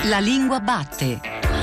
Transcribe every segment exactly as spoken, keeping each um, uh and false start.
La lingua batte.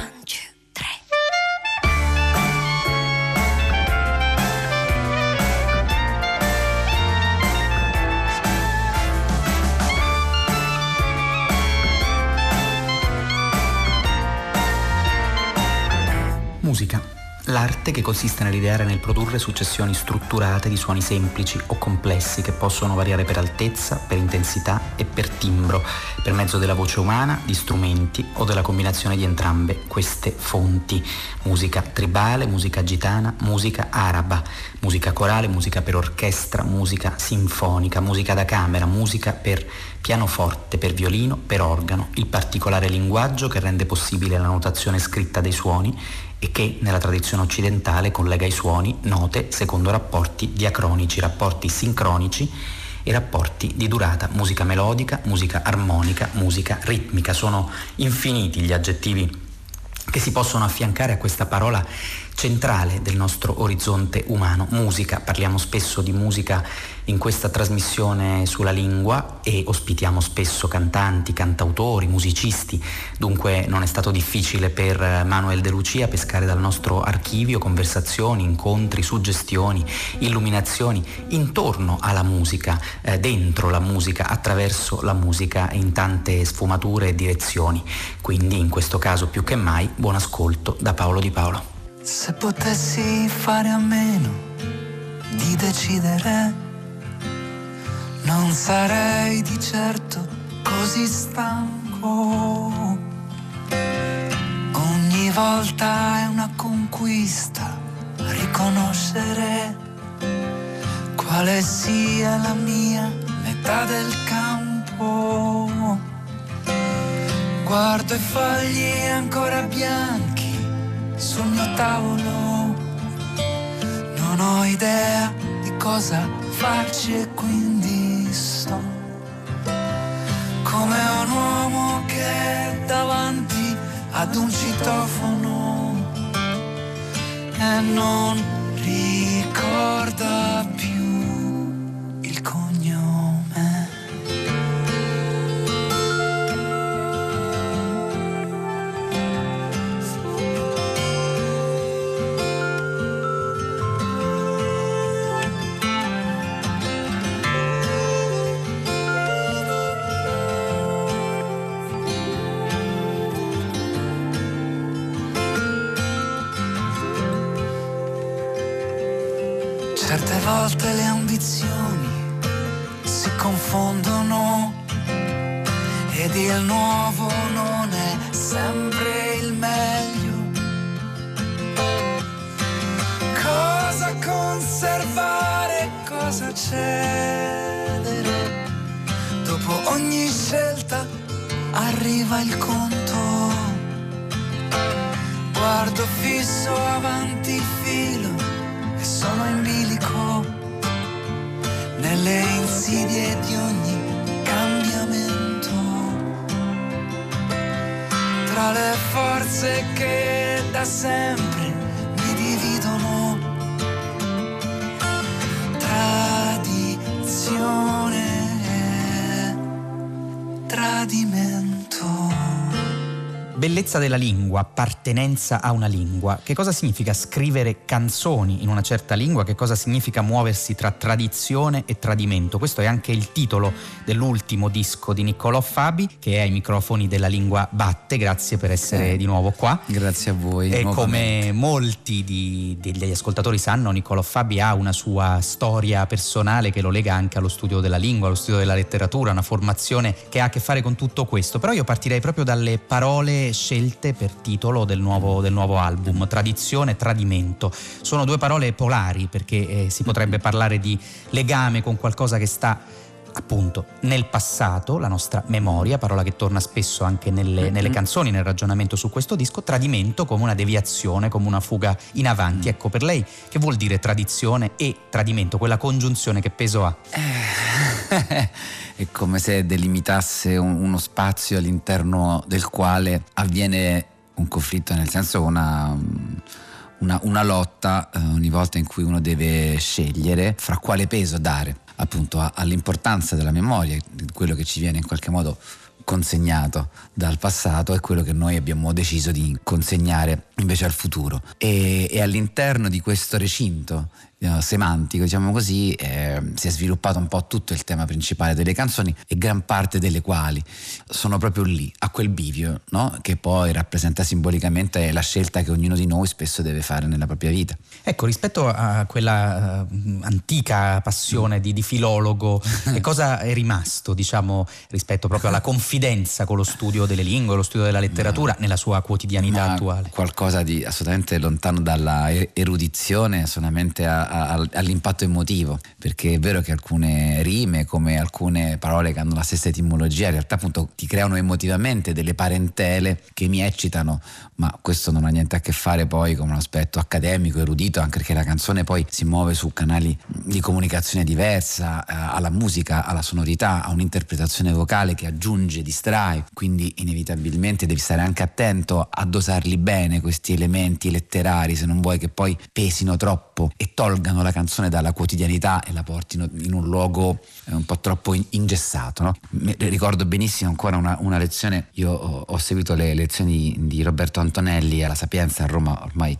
Musica. L'arte che consiste nell'ideare e nel produrre successioni strutturate di suoni semplici o complessi che possono variare per altezza, per intensità e per timbro, per mezzo della voce umana, di strumenti o della combinazione di entrambe queste fonti. Musica tribale, musica gitana, musica araba, musica corale, musica per orchestra, musica sinfonica, musica da camera, musica per pianoforte, per violino, per organo, il particolare linguaggio che rende possibile la notazione scritta dei suoni e che nella tradizione occidentale collega i suoni, note, secondo rapporti diacronici, rapporti sincronici e rapporti di durata, musica melodica, musica armonica, musica ritmica. Sono infiniti gli aggettivi che si possono affiancare a questa parola centrale del nostro orizzonte umano, musica. Parliamo spesso di musica in questa trasmissione sulla lingua e ospitiamo spesso cantanti, cantautori, musicisti, dunque non è stato difficile per Manuel De Lucia pescare dal nostro archivio conversazioni, incontri, suggestioni, illuminazioni intorno alla musica, eh, dentro la musica, attraverso la musica in tante sfumature e direzioni. Quindi in questo caso più che mai buon ascolto da Paolo Di Paolo. Se potessi fare a meno di decidere, non sarei di certo così stanco. Ogni volta è una conquista riconoscere quale sia la mia metà del campo. Guardo i fogli ancora bianchi sul mio tavolo, non ho idea di cosa farci e quindi sto come un uomo che è davanti ad un citofono e non ricorda più il cognome. Certe volte le ambizioni si confondono ed il nuovo non è sempre il meglio. Cosa conservare, cosa cedere? Dopo ogni scelta arriva il conto. Guardo fisso avanti il filo, sono in bilico nelle insidie di ogni cambiamento, tra le forze che da sempre mi dividono, tradizione e tradimento. Bellezza della lingua, appartenenza a una lingua. Che cosa significa scrivere canzoni in una certa lingua? Che cosa significa muoversi tra tradizione e tradimento? Questo è anche il titolo dell'ultimo disco di Niccolò Fabi, che è ai microfoni della Lingua Batte. Grazie per essere eh, di nuovo qua. Grazie a voi. E nuovamente. Come molti di, degli ascoltatori sanno, Niccolò Fabi ha una sua storia personale che lo lega anche allo studio della lingua, allo studio della letteratura, una formazione che ha a che fare con tutto questo. Però io partirei proprio dalle parole scelte per titolo del nuovo, del nuovo album, tradizione e tradimento. Sono due parole polari, perché eh, si potrebbe parlare di legame con qualcosa che sta appunto nel passato, la nostra memoria, parola che torna spesso anche nelle, nelle canzoni, nel ragionamento su questo disco. Tradimento come una deviazione, come una fuga in avanti. Ecco, per lei che vuol dire tradizione e tradimento, quella congiunzione, che peso ha? Eh, è come se delimitasse un, uno spazio all'interno del quale avviene un conflitto, nel senso una, una, una lotta eh, ogni volta in cui uno deve scegliere fra quale peso dare appunto a, all'importanza della memoria, di quello che ci viene in qualche modo consegnato dal passato è quello che noi abbiamo deciso di consegnare invece al futuro, e, e all'interno di questo recinto eh, semantico, diciamo così, eh, si è sviluppato un po' tutto il tema principale delle canzoni, e gran parte delle quali sono proprio lì, a quel bivio, no? Che poi rappresenta simbolicamente la scelta che ognuno di noi spesso deve fare nella propria vita. Ecco, rispetto a quella uh, antica passione di, di filologo, che cosa è rimasto, diciamo, rispetto proprio alla confidenza con lo studio delle lingue, lo studio della letteratura, ma, nella sua quotidianità ma attuale? Qualcosa di assolutamente lontano dalla erudizione, solamente a, a, all'impatto emotivo, perché è vero che alcune rime, come alcune parole che hanno la stessa etimologia, in realtà appunto ti creano emotivamente delle parentele che mi eccitano, ma questo non ha niente a che fare poi con un aspetto accademico, erudito, anche perché la canzone poi si muove su canali di comunicazione diversa, eh, alla musica, alla sonorità, a un'interpretazione vocale che aggiunge, distrae, quindi inevitabilmente devi stare anche attento a dosarli bene questi elementi letterari, se non vuoi che poi pesino troppo e tolgano la canzone dalla quotidianità e la portino in un luogo eh, un po' troppo ingessato, no? Mi ricordo benissimo ancora una, una lezione, io ho, ho seguito le lezioni di Roberto Antonelli alla Sapienza a Roma ormai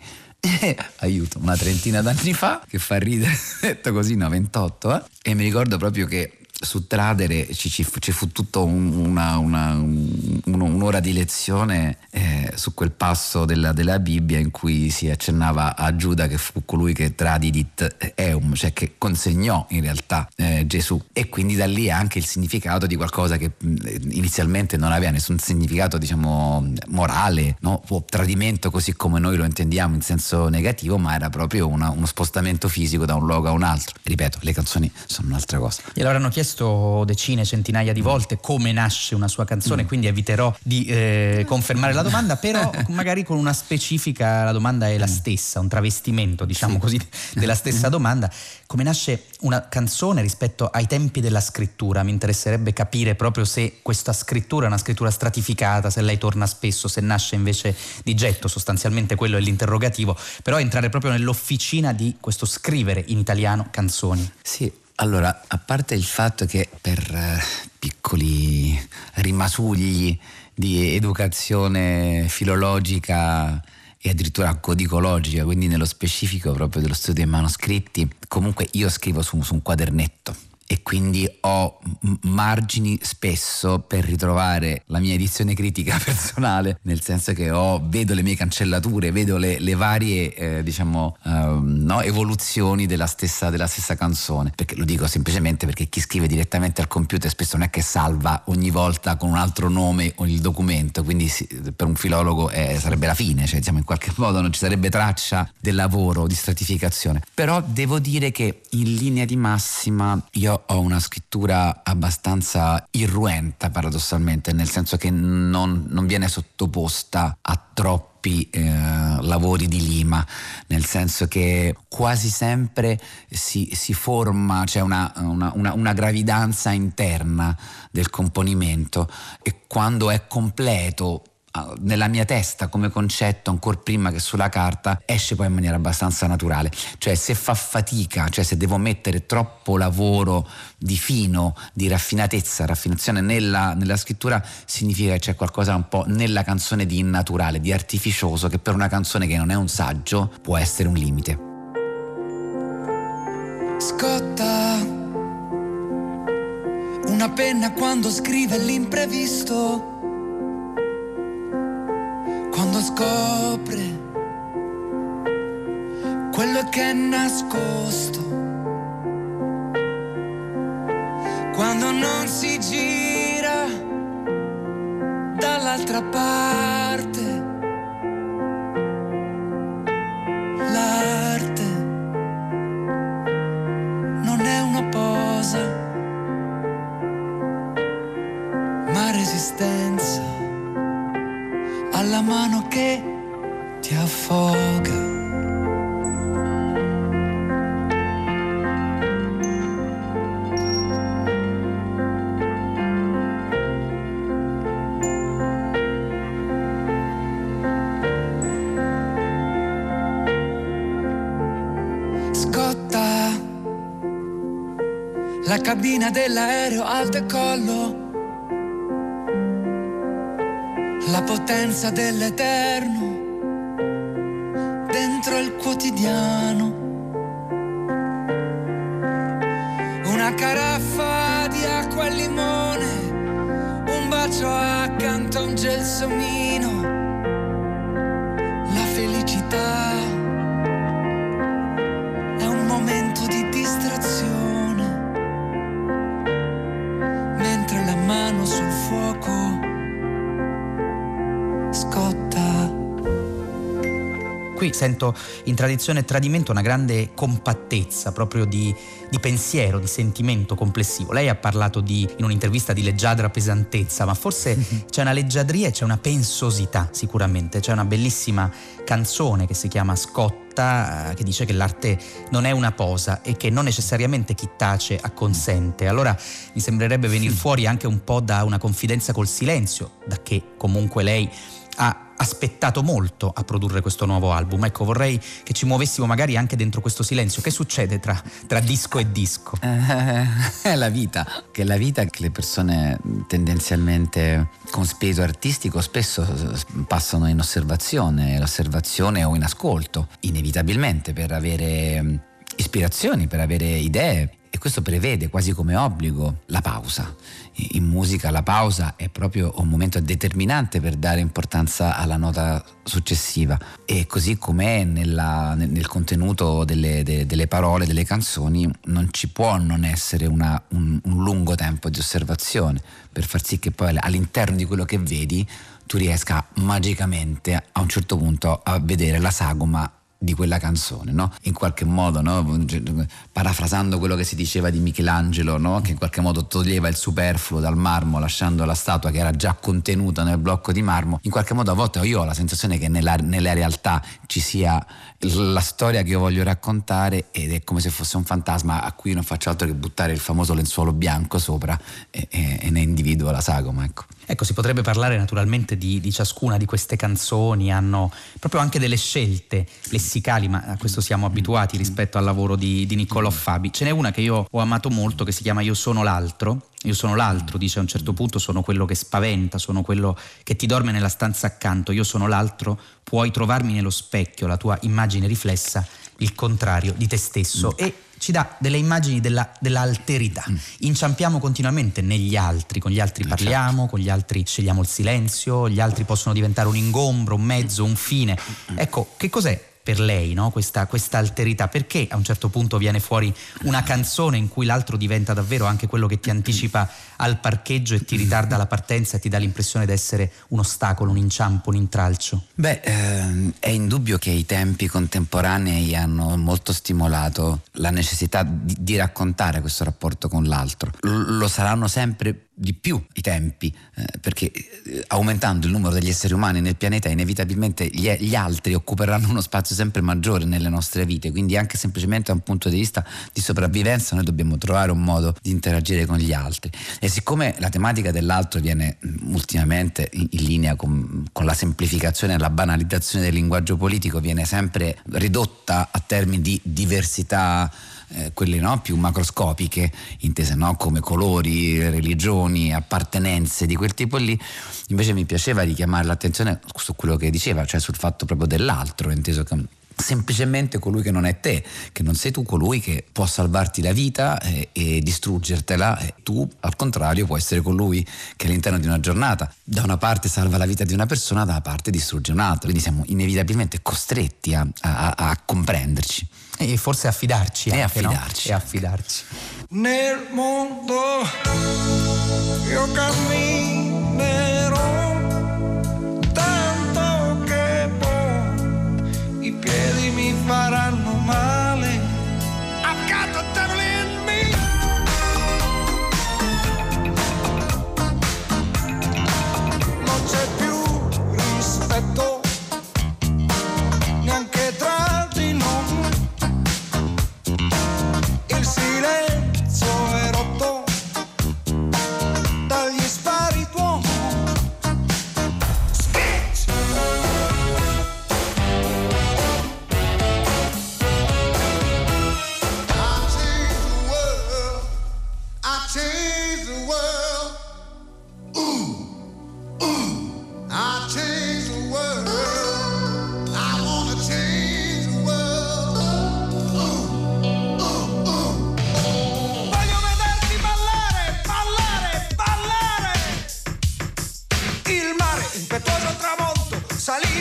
aiuto, una trentina d'anni fa, che fa ridere detto così, no, ventotto, eh? E mi ricordo proprio che su Tradere ci, ci, fu, ci fu tutto un, una, una, un, un'ora di lezione eh, su quel passo della, della Bibbia in cui si accennava a Giuda che fu colui che tradidit eum, cioè che consegnò in realtà eh, Gesù, e quindi da lì anche il significato di qualcosa che inizialmente non aveva nessun significato, diciamo, morale, no? O tradimento così come noi lo intendiamo in senso negativo, ma era proprio una, uno spostamento fisico da un luogo a un altro. Ripeto, le canzoni sono un'altra cosa. Glielo avranno chiesto decine, centinaia di volte come nasce una sua canzone, mm. quindi eviterò di eh, confermare la domanda, però magari con una specifica, la domanda è la stessa, un travestimento, diciamo sì. così, della stessa domanda. Come nasce una canzone rispetto ai tempi della scrittura? Mi interesserebbe capire proprio se questa scrittura è una scrittura stratificata, se lei torna spesso, se nasce invece di getto, sostanzialmente quello è l'interrogativo, però entrare proprio nell'officina di questo scrivere in italiano canzoni. Sì. Allora, a parte il fatto che per eh, piccoli rimasugli di educazione filologica e addirittura codicologica, quindi nello specifico proprio dello studio dei manoscritti, comunque io scrivo su, su un quadernetto e quindi ho margini spesso per ritrovare la mia edizione critica personale, nel senso che ho, vedo le mie cancellature, vedo le, le varie eh, diciamo um, no, evoluzioni della stessa, della stessa canzone, perché lo dico semplicemente perché chi scrive direttamente al computer spesso non è che salva ogni volta con un altro nome o il documento, quindi si, per un filologo eh, sarebbe la fine, cioè diciamo in qualche modo non ci sarebbe traccia del lavoro di stratificazione. Però devo dire che in linea di massima io ho una scrittura abbastanza irruenta, paradossalmente, nel senso che non, non viene sottoposta a troppi eh, lavori di lima, nel senso che quasi sempre si, si forma, c'è una, una, una, una gravidanza interna del componimento, e quando è completo nella mia testa come concetto, ancora prima che sulla carta, esce poi in maniera abbastanza naturale. Cioè se fa fatica, cioè se devo mettere troppo lavoro di fino, di raffinatezza, raffinazione nella, nella scrittura, significa che c'è qualcosa un po' nella canzone di innaturale, di artificioso, che per una canzone che non è un saggio può essere un limite. Scotta una penna quando scrive l'imprevisto, quando scopre quello che è nascosto, quando non si gira dall'altra parte. L'arte non è una posa, ma resistenza alla mano che ti affoga. Scotta la cabina dell'aereo al decollo, la potenza dell'eterno dentro il quotidiano. Una caraffa di acqua e limone, un bacio accanto a un gelsomino. La felicità è un momento di distrazione, mentre la mano sul fuoco scotta. Qui sento in Tradizione e Tradimento una grande compattezza proprio di, di pensiero, di sentimento complessivo. Lei ha parlato di, in un'intervista, di leggiadra pesantezza, ma forse mm-hmm. c'è una leggiadria e c'è una pensosità sicuramente. C'è una bellissima canzone che si chiama Scotta, che dice che l'arte non è una posa e che non necessariamente chi tace acconsente. Allora mi sembrerebbe venir fuori anche un po' da una confidenza col silenzio, da che comunque lei ha aspettato molto a produrre questo nuovo album. Ecco, vorrei che ci muovessimo magari anche dentro questo silenzio. Che succede tra, tra disco e disco? Eh, è la vita, che è la vita che le persone tendenzialmente con spirito artistico spesso passano in osservazione, l'osservazione o in ascolto, inevitabilmente, per avere ispirazioni, per avere idee. E questo prevede quasi come obbligo la pausa. In musica la pausa è proprio un momento determinante per dare importanza alla nota successiva, e così com'è nella, nel, nel contenuto delle, de, delle parole, delle canzoni, non ci può non essere una, un, un lungo tempo di osservazione per far sì che poi all'interno di quello che vedi tu riesca magicamente a un certo punto a vedere la sagoma di quella canzone, no? In qualche modo, no? Parafrasando quello che si diceva di Michelangelo, no? Che in qualche modo toglieva il superfluo dal marmo lasciando la statua che era già contenuta nel blocco di marmo. In qualche modo a volte io ho la sensazione che nella, nella realtà ci sia la storia che io voglio raccontare ed è come se fosse un fantasma a cui non faccio altro che buttare il famoso lenzuolo bianco sopra e, e, e ne individuo la sagoma, ecco. Ecco, si potrebbe parlare naturalmente di, di ciascuna di queste canzoni, hanno proprio anche delle scelte lessicali, ma a questo siamo abituati rispetto al lavoro di, di Niccolò Fabi. Ce n'è una che io ho amato molto che si chiama Io sono l'altro. Io sono l'altro, dice a un certo punto, sono quello che spaventa, sono quello che ti dorme nella stanza accanto. Io sono l'altro, puoi trovarmi nello specchio, la tua immagine riflessa, il contrario di te stesso. Mm. E ci dà delle immagini della, della alterità. Mm. Inciampiamo continuamente negli altri, con gli altri parliamo, certo. Con gli altri scegliamo il silenzio, gli altri possono diventare un ingombro, un mezzo, un fine. Ecco, che cos'è per lei, no? Questa, questa alterità? Perché a un certo punto viene fuori una canzone in cui l'altro diventa davvero anche quello che ti anticipa al parcheggio e ti ritarda la partenza e ti dà l'impressione di essere un ostacolo, un inciampo, un intralcio? Beh, ehm, è indubbio che i tempi contemporanei hanno molto stimolato la necessità di, di raccontare questo rapporto con l'altro. L- lo saranno sempre di più i tempi, eh, perché eh, aumentando il numero degli esseri umani nel pianeta inevitabilmente gli, gli altri occuperanno uno spazio sempre maggiore nelle nostre vite, quindi anche semplicemente da un punto di vista di sopravvivenza noi dobbiamo trovare un modo di interagire con gli altri. E siccome la tematica dell'altro viene ultimamente in, in linea con, con la semplificazione e la banalizzazione del linguaggio politico, viene sempre ridotta a termini di diversità, Eh, quelle no, più macroscopiche, intese no, come colori, religioni, appartenenze di quel tipo lì, invece mi piaceva richiamare l'attenzione su quello che diceva, cioè sul fatto proprio dell'altro, inteso che semplicemente colui che non è te, che non sei tu colui che può salvarti la vita e, e distruggertela, e tu al contrario puoi essere colui che all'interno di una giornata da una parte salva la vita di una persona, da una parte distrugge un'altra, quindi siamo inevitabilmente costretti a, a, a comprenderci e forse affidarci e anche, affidarci, no? E affidarci. Nel mondo io camminerò tanto che poi i piedi mi faranno male. I've got the devil in me. Non c'è più rispetto neanche tra di noi. Il silenzio è rotto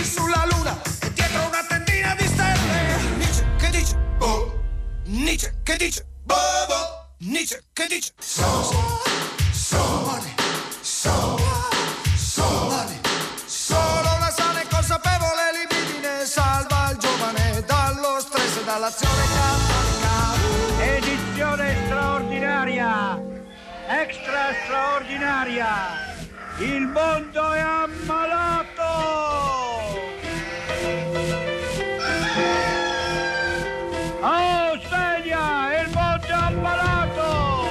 sulla luna e dietro una tendina di stelle. Nietzsche che dice boh, Nietzsche che dice boh, boh, Nietzsche che dice so, so, money, so, so, money. Solo una sana e consapevole libidine salva il giovane dallo stress e dall'azione cattonica. Edizione straordinaria, extra straordinaria. Il mondo è ammalato! Oh, sveglia! Il mondo è ammalato!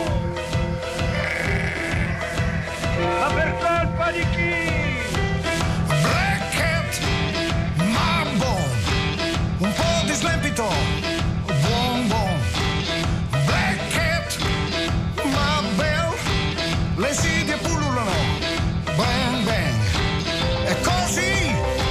Ma per colpa di chi? Black Cat, Mambo, un po' di slempito, buon buon. Black Cat, Mabel, le insidie pullulano. Bang bang, è così,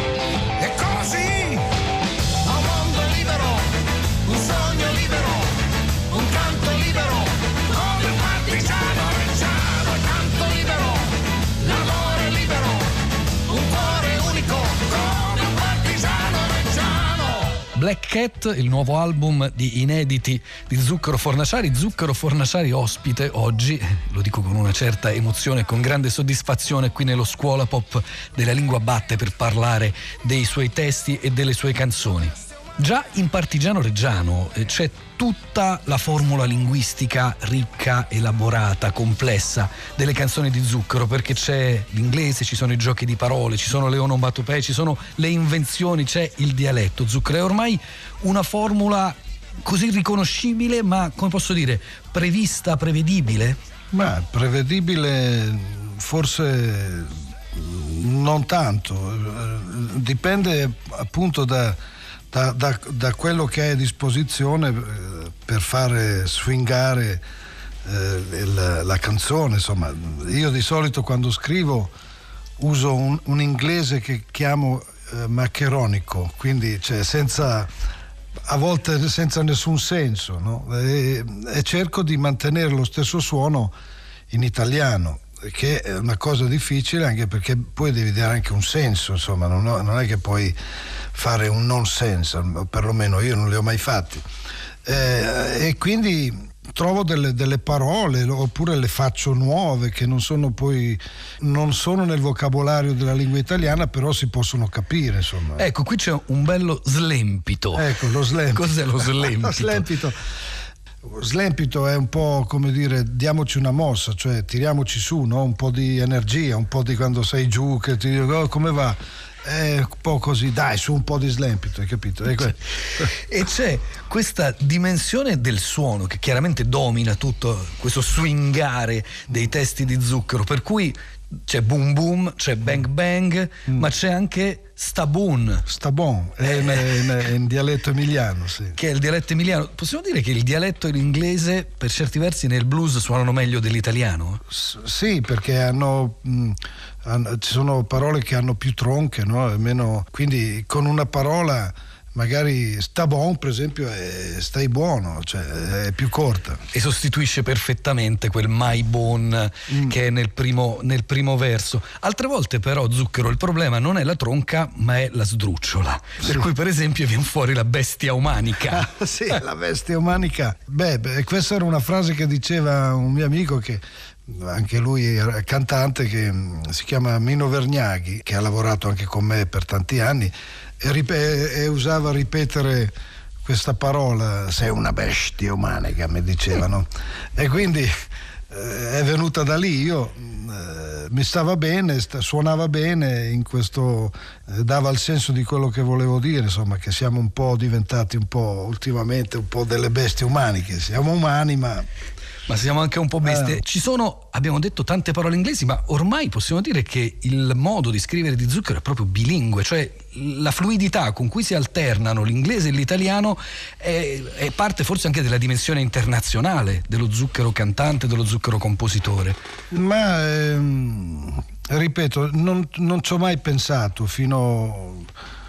è così. Un mondo libero, un sogno libero, un canto libero, come un partigiano reggiano, il canto libero, l'amore libero, un cuore unico, come un partigiano reggiano. Black Cat, il nuovo album di inediti di Zucchero Fornaciari. Zucchero Fornaciari ospite oggi, lo dico con una certa emozione e con grande soddisfazione, qui nello Scuola Pop della Lingua Batte per parlare dei suoi testi e delle sue canzoni. Già in Partigiano Reggiano c'è tutta la formula linguistica ricca, elaborata, complessa delle canzoni di Zucchero, perché c'è l'inglese, ci sono i giochi di parole, ci sono le onomatopee, ci sono le invenzioni, c'è il dialetto. Zucchero è ormai una formula così riconoscibile, ma come posso dire, prevista, prevedibile? Ma prevedibile forse non tanto, dipende appunto da Da, da, da quello che hai a disposizione eh, per fare swingare eh, il, la canzone. Insomma, io di solito quando scrivo uso un, un inglese che chiamo eh, maccheronico, quindi cioè senza, a volte senza nessun senso, no? e, e cerco di mantenere lo stesso suono in italiano, che è una cosa difficile, anche perché poi devi dare anche un senso, insomma, non, non è che puoi fare un nonsense, perlomeno io non li ho mai fatti, eh, e quindi trovo delle, delle parole oppure le faccio nuove che non sono poi non sono nel vocabolario della lingua italiana, però si possono capire, insomma. Ecco, qui c'è un bello slempito. Ecco, lo slempito. Cos'è lo slempito? Lo slempito. Slempito è un po' come dire diamoci una mossa, cioè tiriamoci su, no? Un po' di energia, un po' di quando sei giù che ti dico oh, come va? È un po' così, dai, su un po' di slempito, hai capito? Ecco. E c'è questa dimensione del suono che chiaramente domina tutto questo swingare dei testi di Zucchero, per cui c'è boom boom, c'è bang bang, mm. ma c'è anche stabun. Stabon, è in, in, in dialetto emiliano, sì. Che è il dialetto emiliano. Possiamo dire che il dialetto e l'inglese per certi versi nel blues suonano meglio dell'italiano? S- sì, perché hanno, mh, hanno ci sono parole che hanno più tronche, no? Meno, quindi con una parola magari sta bon, per esempio, è stai buono, cioè è più corta e sostituisce perfettamente quel my bon mm. che è nel primo, nel primo verso. Altre volte però, Zucchero, il problema non è la tronca ma è la sdrucciola, sì. Per cui per esempio viene fuori la bestia umanica. Sì, la bestia umanica. Beh, beh, questa era una frase che diceva un mio amico, che anche lui è cantante, che si chiama Mino Vergnaghi, che ha lavorato anche con me per tanti anni, e, rip- e usava ripetere questa parola, sei una bestia umanica, mi dicevano. E quindi eh, è venuta da lì. Io eh, mi stava bene, st- suonava bene in questo, eh, dava il senso di quello che volevo dire, insomma, che siamo un po' diventati un po' ultimamente un po' delle bestie umaniche. Siamo umani ma ma siamo anche un po' bestie. Eh. Ci sono, abbiamo detto, tante parole inglesi, ma ormai possiamo dire che il modo di scrivere di Zucchero è proprio bilingue, cioè la fluidità con cui si alternano l'inglese e l'italiano è, è parte forse anche della dimensione internazionale dello Zucchero cantante, dello Zucchero compositore. Ma ehm, ripeto, non, non ci ho mai pensato fino,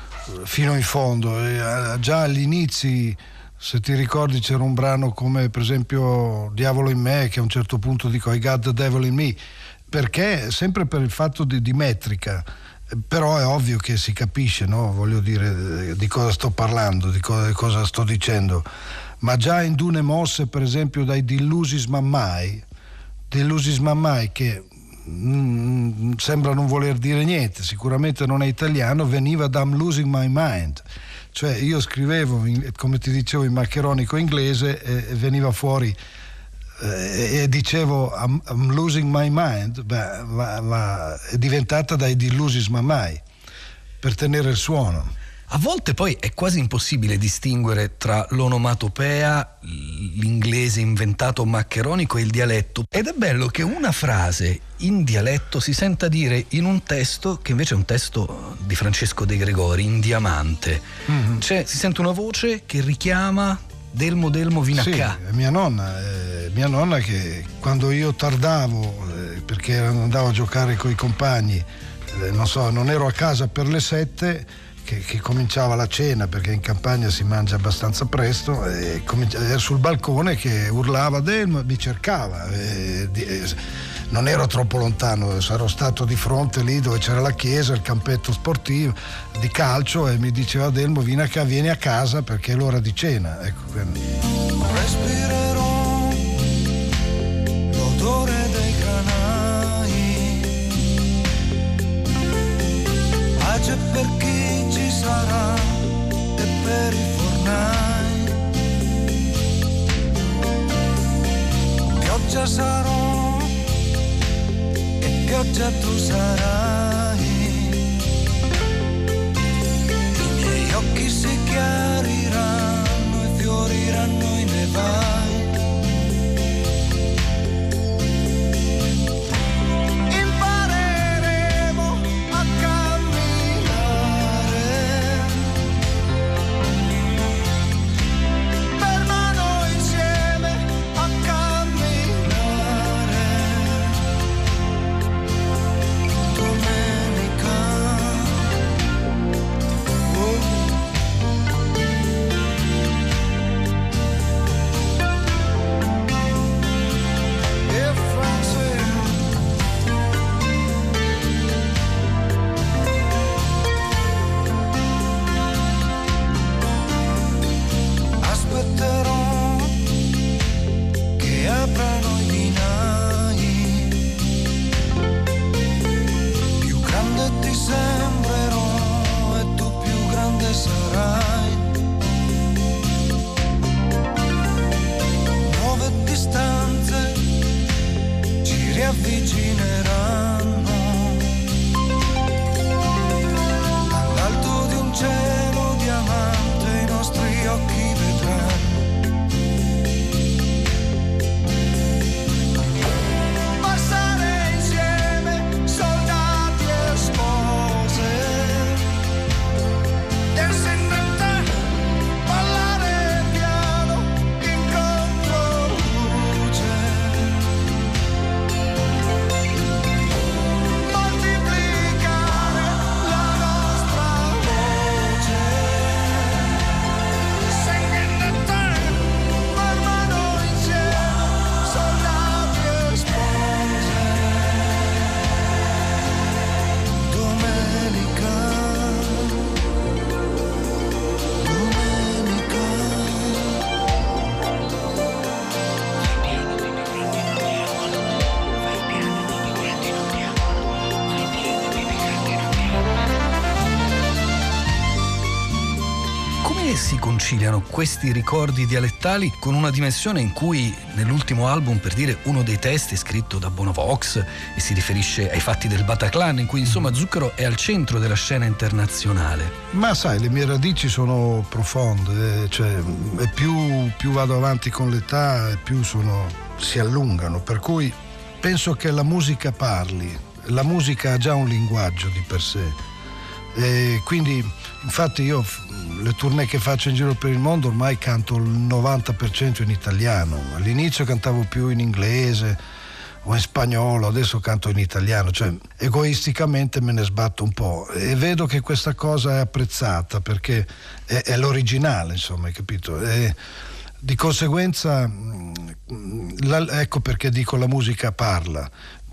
fino in fondo. Eh, già agli inizi, se ti ricordi, c'era un brano come per esempio Diavolo in me, che a un certo punto dico I got the devil in me, perché sempre per il fatto di, di metrica, però è ovvio che si capisce, no? Voglio dire di cosa sto parlando, di cosa, di cosa sto dicendo. Ma già in Dune mosse, per esempio, dai Dillusis Mammai, Dillusis Mammai che mm, sembra non voler dire niente, sicuramente non è italiano, veniva da I'm Losing My Mind. Cioè io scrivevo, in, come ti dicevo, in maccheronico inglese e, e veniva fuori e dicevo I'm, I'm losing my mind, beh, ma, ma è diventata dai Dillusis Mammai per tenere il suono. A volte poi è quasi impossibile distinguere tra l'onomatopea, l'inglese inventato maccheronico e il dialetto, ed è bello che una frase in dialetto si senta dire in un testo che invece è un testo di Francesco De Gregori, in diamante. Mm-hmm. Cioè si sente una voce che richiama Delmo Delmo Vinacca. Sì, mia nonna, eh, mia nonna che quando io tardavo eh, perché andavo a giocare con i compagni, eh, non so, non ero a casa per le sette che, che cominciava la cena, perché in campagna si mangia abbastanza presto, e cominci- era sul balcone che urlava Delmo, mi cercava, eh, di, eh, non ero troppo lontano, sarò stato di fronte lì dove c'era la chiesa, il campetto sportivo di calcio, e mi diceva Delmo Vinacca, vieni a casa perché è l'ora di cena. Ecco, quindi. Respirerò l'odore dei granai, pace per chi ci sarà e per i fornai, pioggia sarò e pioggia tu sarai, i miei occhi si chiariranno e fioriranno i nevai. Impareremo a camminare per mano insieme a camminare. Domenica, oh. E Francia, aspetterò che aprano i binai, più grande ti sembrerò e tu più grande sarai, nuove distanze ci riavvicineranno, dall'alto di un cielo diamante i nostri occhi vedranno. Passare insieme soldati e spose, dancing in the ballare piano in controluce, moltiplicare la nostra voce, singing the time, per mano insieme, soldati e spose. Domenica, domenica. Come si conciliano questi ricordi dialettali con una dimensione in cui nell'ultimo album, per dire, uno dei testi è scritto da Bonovox e si riferisce ai fatti del Bataclan, in cui insomma Zucchero è al centro della scena internazionale? Ma sai, le mie radici sono profonde, cioè, e più, più vado avanti con l'età e più sono, si allungano, per cui penso che la musica parli, la musica ha già un linguaggio di per sé, e quindi infatti io le tournée che faccio in giro per il mondo ormai canto il novanta per cento in italiano. All'inizio cantavo più in inglese o in spagnolo, adesso canto in italiano, cioè egoisticamente me ne sbatto un po' e vedo che questa cosa è apprezzata perché è, è l'originale, insomma, hai capito? E di conseguenza la, ecco perché dico la musica parla,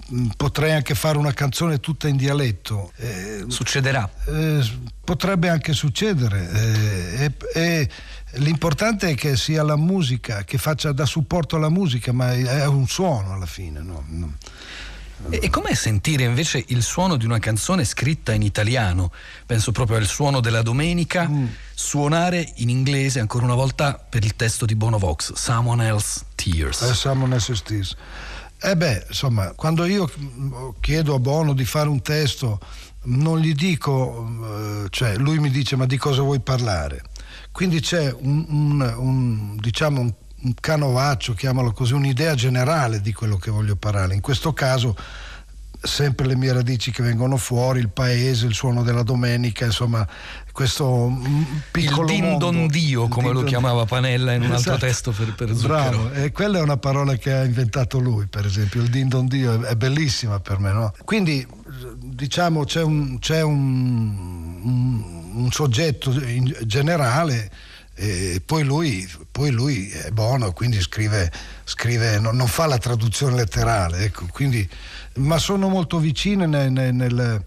potrei anche fare una canzone tutta in dialetto. Eh, Succederà? Eh, potrebbe anche succedere. Eh, e, e l'importante è che sia la musica, che faccia da supporto alla musica, ma è un suono alla fine, no? No. E com'è sentire invece il suono di una canzone scritta in italiano? Penso proprio al Suono della Domenica, mm. suonare in inglese ancora una volta per il testo di Bono Vox, Someone Else's Tears. Eh, Someone Else's Tears. Eh beh, insomma, quando io chiedo a Bono di fare un testo, non gli dico, cioè lui mi dice ma di cosa vuoi parlare? Quindi c'è un, un, un diciamo un un canovaccio, chiamalo così, un'idea generale di quello che voglio parlare. In questo caso sempre le mie radici che vengono fuori, il paese, il suono della domenica, insomma questo piccolo il mondo. Din Don Dio, come din lo don... chiamava Panella in un altro esatto. testo per, per Zucchero. Bravo, e quella è una parola che ha inventato lui, per esempio, il Din Don Dio è bellissima per me, no? Quindi diciamo c'è un, c'è un, un, un soggetto in generale. E poi lui, poi lui è buono, quindi scrive, scrive non, non fa la traduzione letterale, ecco, quindi, ma sono molto vicine nel, nel, nel,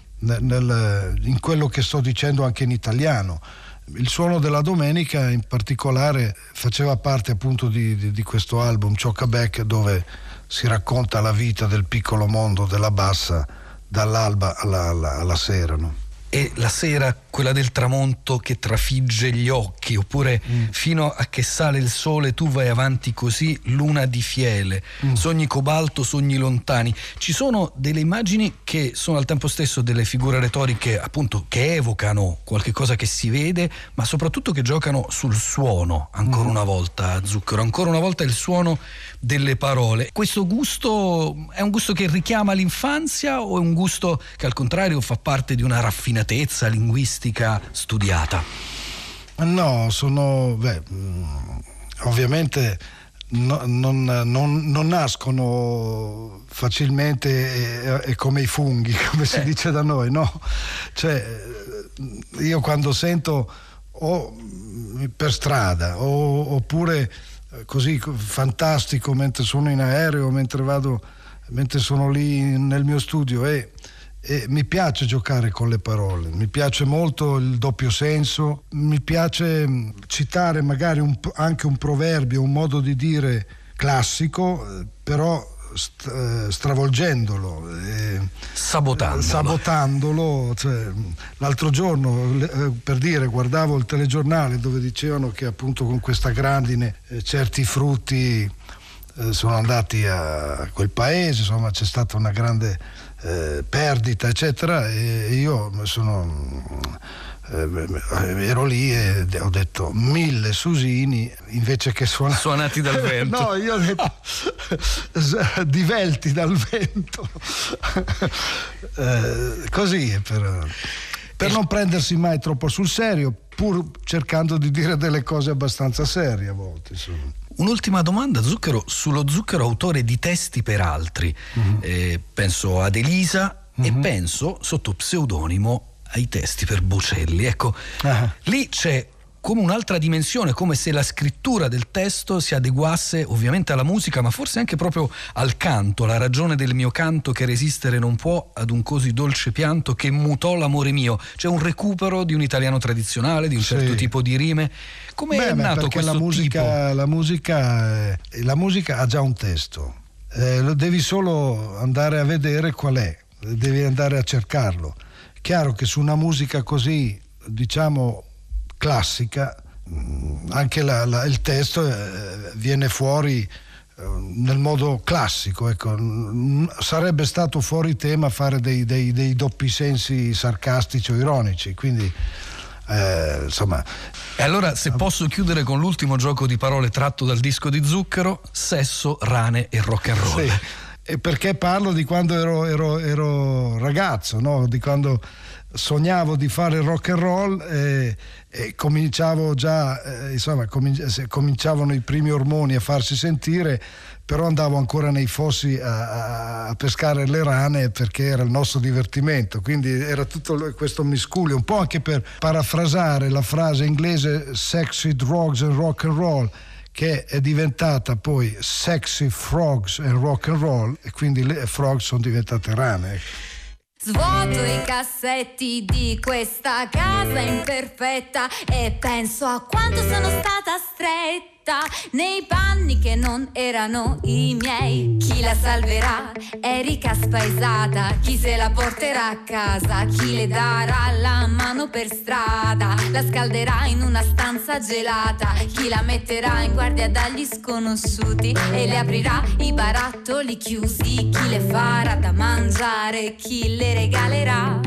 nel, in quello che sto dicendo anche in italiano. Il Suono della Domenica in particolare faceva parte appunto di, di, di questo album Chocabec, dove si racconta la vita del piccolo mondo della bassa dall'alba alla, alla, alla sera, no? E la sera, quella del tramonto che trafigge gli occhi, oppure mm. fino a che sale il sole tu vai avanti così, luna di fiele, mm. sogni cobalto, sogni lontani. Ci sono delle immagini che sono al tempo stesso delle figure retoriche, appunto, che evocano qualche cosa che si vede, ma soprattutto che giocano sul suono, ancora mm. una volta, Zucchero, ancora una volta il suono delle parole. Questo gusto è un gusto che richiama l'infanzia o è un gusto che al contrario fa parte di una raffinatezza linguistica studiata? No, sono beh, ovviamente no, non, non, non nascono facilmente e, e come i funghi, come si eh. dice da noi, no? Cioè io quando sento o per strada o, oppure così fantastico mentre sono in aereo, mentre vado, mentre sono lì nel mio studio e, e mi piace giocare con le parole, mi piace molto il doppio senso, mi piace citare magari un, anche un proverbio, un modo di dire classico, però st- stravolgendolo, eh, sabotandolo, sabotandolo cioè, l'altro giorno eh, per dire guardavo il telegiornale dove dicevano che appunto con questa grandine eh, certi frutti eh, sono andati a quel paese, insomma c'è stata una grande eh, perdita eccetera, e io sono eh, ero lì e ho detto mille susini invece che suona... suonati dal vento. No, io ho detto divelti dal vento. eh, così per, per non prendersi mai troppo sul serio, pur cercando di dire delle cose abbastanza serie a volte, insomma. Un'ultima domanda, Zucchero, sullo Zucchero autore di testi per altri. Mm-hmm. Eh, penso ad Elisa mm-hmm. e penso sotto pseudonimo ai testi per Bocelli. Ecco, ah. lì c'è come un'altra dimensione, come se la scrittura del testo si adeguasse ovviamente alla musica, ma forse anche proprio al canto, la ragione del mio canto che resistere non può ad un così dolce pianto che mutò l'amore mio. C'è un recupero di un italiano tradizionale, di un sì. certo tipo di rime. Come Beh, è nato questo la musica, tipo? La musica, eh, la musica ha già un testo, eh, lo devi solo andare a vedere qual è, devi andare a cercarlo. Chiaro che su una musica così, diciamo, classica, anche la, la, il testo eh, viene fuori eh, nel modo classico, ecco. Sarebbe stato fuori tema fare dei, dei, dei doppi sensi sarcastici o ironici, quindi eh, insomma. E allora, se posso chiudere con l'ultimo gioco di parole tratto dal disco di Zucchero, sesso, rane e rock and roll. Sì. E perché parlo di quando ero, ero, ero ragazzo, no? Di quando sognavo di fare il rock and roll e, e cominciavo già, eh, insomma, cominci- cominciavano i primi ormoni a farsi sentire, però andavo ancora nei fossi a, a pescare le rane perché era il nostro divertimento, quindi era tutto questo miscuglio, un po' anche per parafrasare la frase inglese sexy, drugs and rock and roll, che è diventata poi Sexy Frogs and Rock and Roll, e quindi le Frogs sono diventate rane. Svuoto i cassetti di questa casa imperfetta e penso a quanto sono stata stretta nei panni che non erano i miei. Chi la salverà? Erika spaesata. Chi se la porterà a casa? Chi le darà la mano per strada? La scalderà in una stanza gelata. Chi la metterà in guardia dagli sconosciuti e le aprirà i barattoli chiusi? Chi le farà da mangiare? Chi le regalerà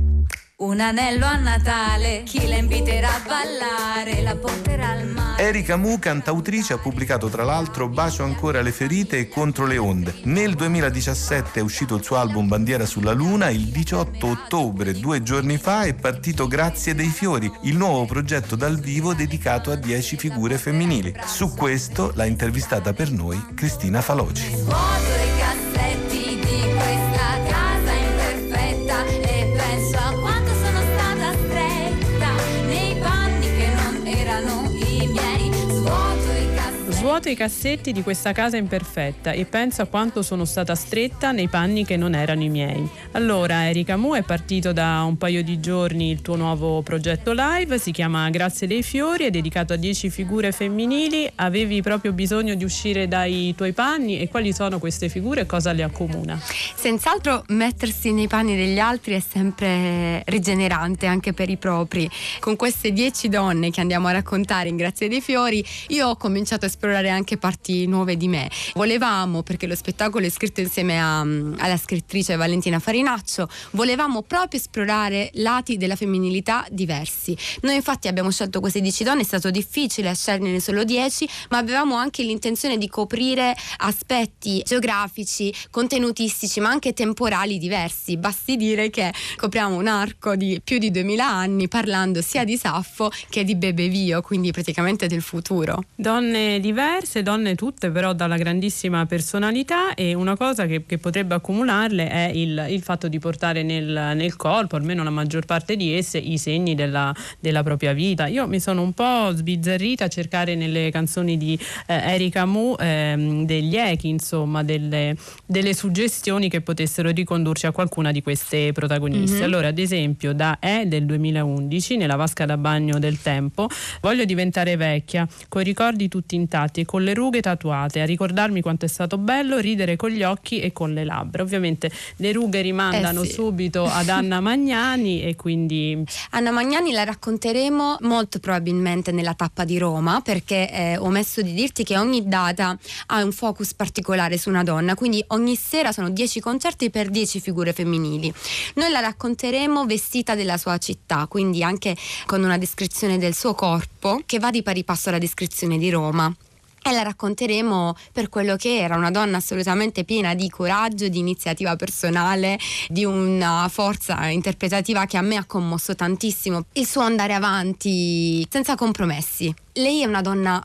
un anello a Natale? Chi la inviterà a ballare? La porterà al mare. Erika Mu, cantautrice, ha pubblicato tra l'altro Bacio ancora le ferite e Contro le onde. Nel duemiladiciassette è uscito il suo album Bandiera sulla Luna. Il diciotto ottobre, due giorni fa, è partito Grazie dei fiori, il nuovo progetto dal vivo dedicato a dieci figure femminili. Su questo l'ha intervistata per noi Cristina Faloci. Svuoto i cassetti di questa casa imperfetta e penso a quanto sono stata stretta nei panni che non erano i miei. Svuoto i cassetti. Svuoto i cassetti di questa casa imperfetta e penso a quanto sono stata stretta nei panni che non erano i miei. Allora, Erika Mu, è partito da un paio di giorni il tuo nuovo progetto live, si chiama Grazie dei fiori, è dedicato a dieci figure femminili. Avevi proprio bisogno di uscire dai tuoi panni, e quali sono queste figure e cosa le accomuna? Senz'altro mettersi nei panni degli altri è sempre rigenerante anche per i propri. Con queste dieci donne che andiamo a raccontare in Grazie dei fiori, io ho cominciato a esplorare anche parti nuove di me. Volevamo, perché lo spettacolo è scritto insieme a, alla scrittrice Valentina Farinaccio, volevamo proprio esplorare lati della femminilità diversi. Noi infatti abbiamo scelto queste dieci donne, è stato difficile sceglierne solo dieci, ma avevamo anche l'intenzione di coprire aspetti geografici, contenutistici, ma anche temporali diversi. Basti dire che copriamo un arco di più di duemila anni parlando sia di Saffo che di Bebe Vio, quindi praticamente del futuro. Donne diverse, donne tutte però dalla grandissima personalità, e una cosa che, che potrebbe accumularle è il, il fatto di portare nel, nel corpo, almeno la maggior parte di esse, i segni della, della propria vita. Io mi sono un po' sbizzarrita a cercare nelle canzoni di eh, Erika Mu ehm, degli echi, insomma, delle, delle suggestioni che potessero ricondurci a qualcuna di queste protagoniste. Mm-hmm. Allora, ad esempio, da E del duemilaundici, nella vasca da bagno del tempo: voglio diventare vecchia, coi ricordi tutti intatti e con le rughe tatuate, a ricordarmi quanto è stato bello ridere con gli occhi e con le labbra. Ovviamente le rughe rimandano eh sì. subito ad Anna Magnani, e quindi Anna Magnani la racconteremo molto probabilmente nella tappa di Roma, perché eh, ho omesso di dirti che ogni data ha un focus particolare su una donna, quindi ogni sera sono dieci concerti per dieci figure femminili. Noi la racconteremo vestita della sua città, quindi anche con una descrizione del suo corpo che va di pari passo alla descrizione di Roma. E la racconteremo per quello che era, una donna assolutamente piena di coraggio, di iniziativa personale, di una forza interpretativa che a me ha commosso tantissimo. Il suo andare avanti senza compromessi. Lei è una donna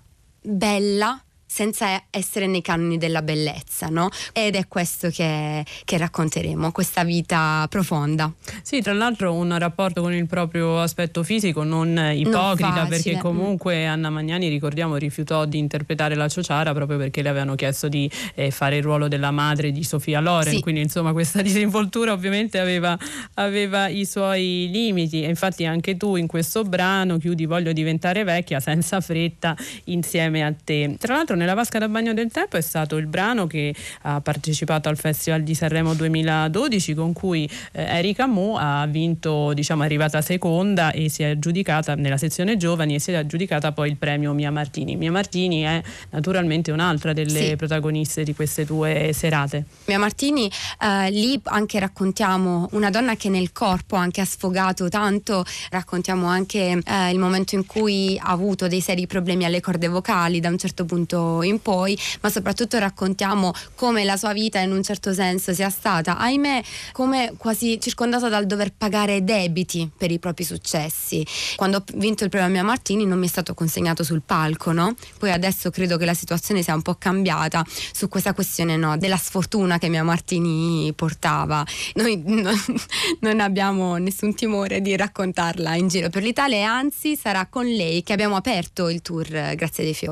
bella, senza essere nei canoni della bellezza, no? Ed è questo che, che racconteremo, questa vita profonda. Sì, tra l'altro un rapporto con il proprio aspetto fisico non ipocrita, non perché comunque Anna Magnani, ricordiamo, rifiutò di interpretare la Ciociara proprio perché le avevano chiesto di eh, fare il ruolo della madre di Sofia Loren, sì. Quindi insomma questa disinvoltura ovviamente aveva, aveva i suoi limiti, e infatti anche tu in questo brano chiudi Voglio diventare vecchia senza fretta insieme a te. Tra l'altro nella vasca da bagno del tempo è stato il brano che ha partecipato al Festival di Sanremo duemiladodici, con cui eh, Erika Mu ha vinto, diciamo, è arrivata seconda e si è aggiudicata nella sezione giovani e si è aggiudicata poi il premio Mia Martini. Mia Martini è naturalmente un'altra delle sì. protagoniste di queste due serate. Mia Martini, eh, lì anche raccontiamo una donna che nel corpo anche ha sfogato tanto, raccontiamo anche eh, il momento in cui ha avuto dei seri problemi alle corde vocali da un certo punto in poi, ma soprattutto raccontiamo come la sua vita in un certo senso sia stata, ahimè, come quasi circondata dal dover pagare debiti per i propri successi. Quando ho vinto il premio Mia Martini non mi è stato consegnato sul palco, no? Poi adesso credo che la situazione sia un po' cambiata su questa questione, no, della sfortuna che Mia Martini portava. Noi non, non abbiamo nessun timore di raccontarla in giro per l'Italia, e anzi sarà con lei che abbiamo aperto il tour Grazie dei fiori.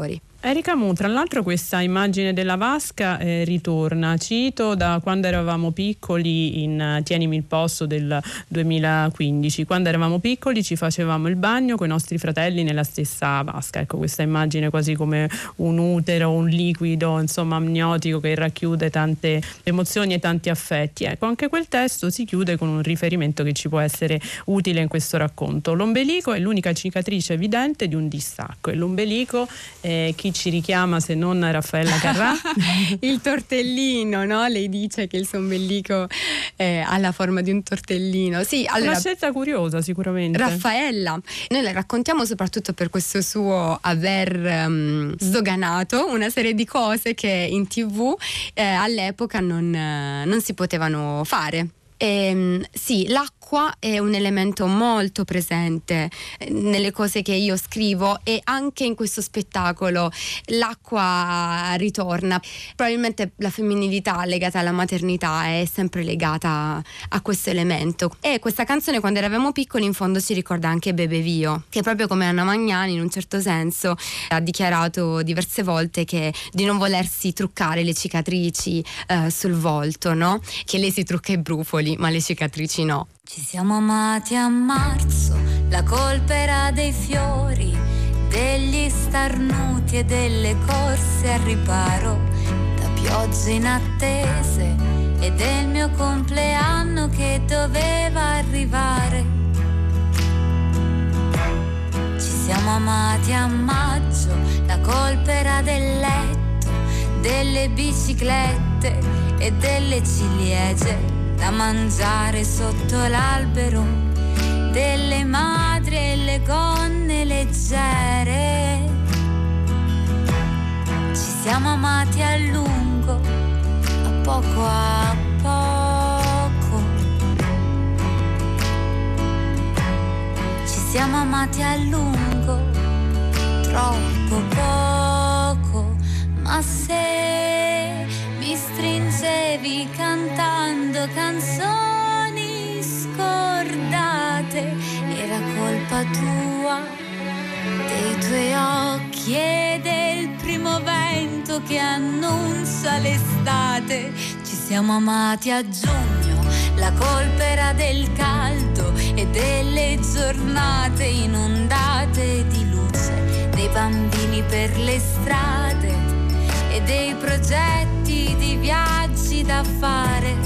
Erika Mu, tra l'altro questa immagine della vasca eh, ritorna, cito da quando eravamo piccoli in Tienimi il posto del duemilaquindici, quando eravamo piccoli ci facevamo il bagno con i nostri fratelli nella stessa vasca. Ecco, questa immagine quasi come un utero, un liquido insomma amniotico che racchiude tante emozioni e tanti affetti. Ecco, anche quel testo si chiude con un riferimento che ci può essere utile in questo racconto. L'ombelico è l'unica cicatrice evidente di un distacco, e l'ombelico eh, chi ci richiama se non Raffaella Carrà? Il tortellino, no? Lei dice che il suo ombelico eh, ha la forma di un tortellino. Sì, allora, una scelta curiosa sicuramente. Raffaella, noi la raccontiamo soprattutto per questo suo aver um, sdoganato una serie di cose che in tv eh, all'epoca non, eh, non si potevano fare. E, sì, l'acqua è un elemento molto presente nelle cose che io scrivo, e anche in questo spettacolo l'acqua ritorna. Probabilmente la femminilità legata alla maternità è sempre legata a questo elemento, e questa canzone quando eravamo piccoli in fondo ci ricorda anche Bebe Vio, che proprio come Anna Magnani in un certo senso ha dichiarato diverse volte che di non volersi truccare le cicatrici eh, sul volto, no? Che lei si trucca i brufoli ma le cicatrici no. Ci siamo amati a marzo, la colpa era dei fiori, degli starnuti e delle corse al riparo, da piogge inattese e del mio compleanno che doveva arrivare. Ci siamo amati a maggio, la colpa era del letto, delle biciclette e delle ciliegie da mangiare sotto l'albero, delle madri e le gonne leggere. Ci siamo amati a lungo, a poco a poco. Ci siamo amati a lungo, troppo poco. Ma se mi stringevi cantando canzoni scordate, era colpa tua, dei tuoi occhi e del primo vento che annuncia l'estate. Ci siamo amati a giugno, la colpa era del caldo e delle giornate inondate di luce, dei bambini per le strade e dei progetti di viaggi da fare.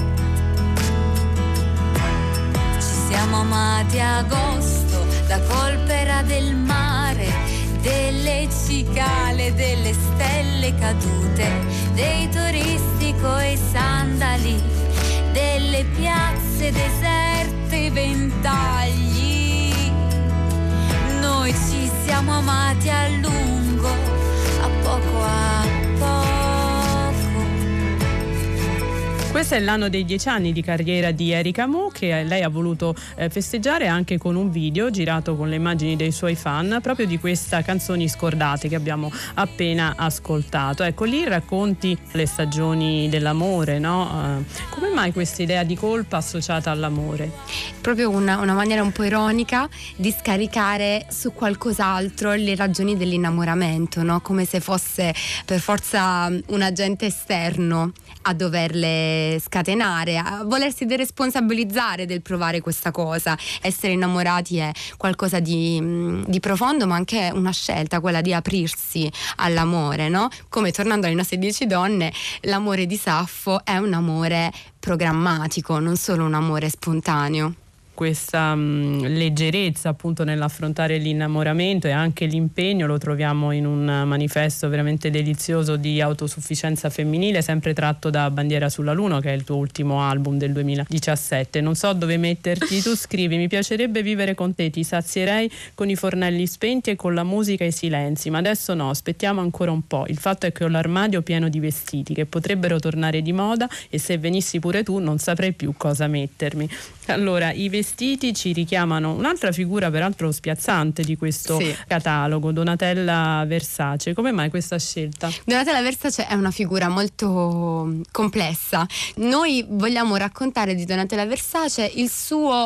Ci siamo amati a agosto, la colpa era del mare, delle cicale, delle stelle cadute, dei turisti coi sandali, delle piazze deserte e ventagli. Noi ci siamo amati a lungo, a poco a poco. Questo è l'anno dei dieci anni di carriera di Erika Mu, che lei ha voluto eh, festeggiare anche con un video girato con le immagini dei suoi fan, proprio di questa Canzoni scordate che abbiamo appena ascoltato. Ecco, lì racconti le stagioni dell'amore, no? Eh, come mai questa idea di colpa associata all'amore? Proprio una, una maniera un po' ironica di scaricare su qualcos'altro le ragioni dell'innamoramento, no? Come se fosse per forza un agente esterno a doverle scatenare, a volersi deresponsabilizzare del provare questa cosa. Essere innamorati è qualcosa di, di profondo, ma anche una scelta, quella di aprirsi all'amore, no? Come, tornando alle nostre dieci donne, l'amore di Saffo è un amore programmatico, non solo un amore spontaneo. Questa mh, leggerezza appunto nell'affrontare l'innamoramento e anche l'impegno lo troviamo in un manifesto veramente delizioso di autosufficienza femminile, sempre tratto da Bandiera sulla Luna, che è il tuo ultimo album del duemiladiciassette. Non so dove metterti, tu scrivi: mi piacerebbe vivere con te, ti sazierei con i fornelli spenti e con la musica e i silenzi, ma adesso no, aspettiamo ancora un po'. Il fatto è che ho l'armadio pieno di vestiti che potrebbero tornare di moda e se venissi pure tu non saprei più cosa mettermi. Allora, i vestiti ci richiamano un'altra figura peraltro spiazzante di questo sì. catalogo, Donatella Versace. Come mai questa scelta? Donatella Versace è una figura molto complessa. Noi vogliamo raccontare di Donatella Versace il suo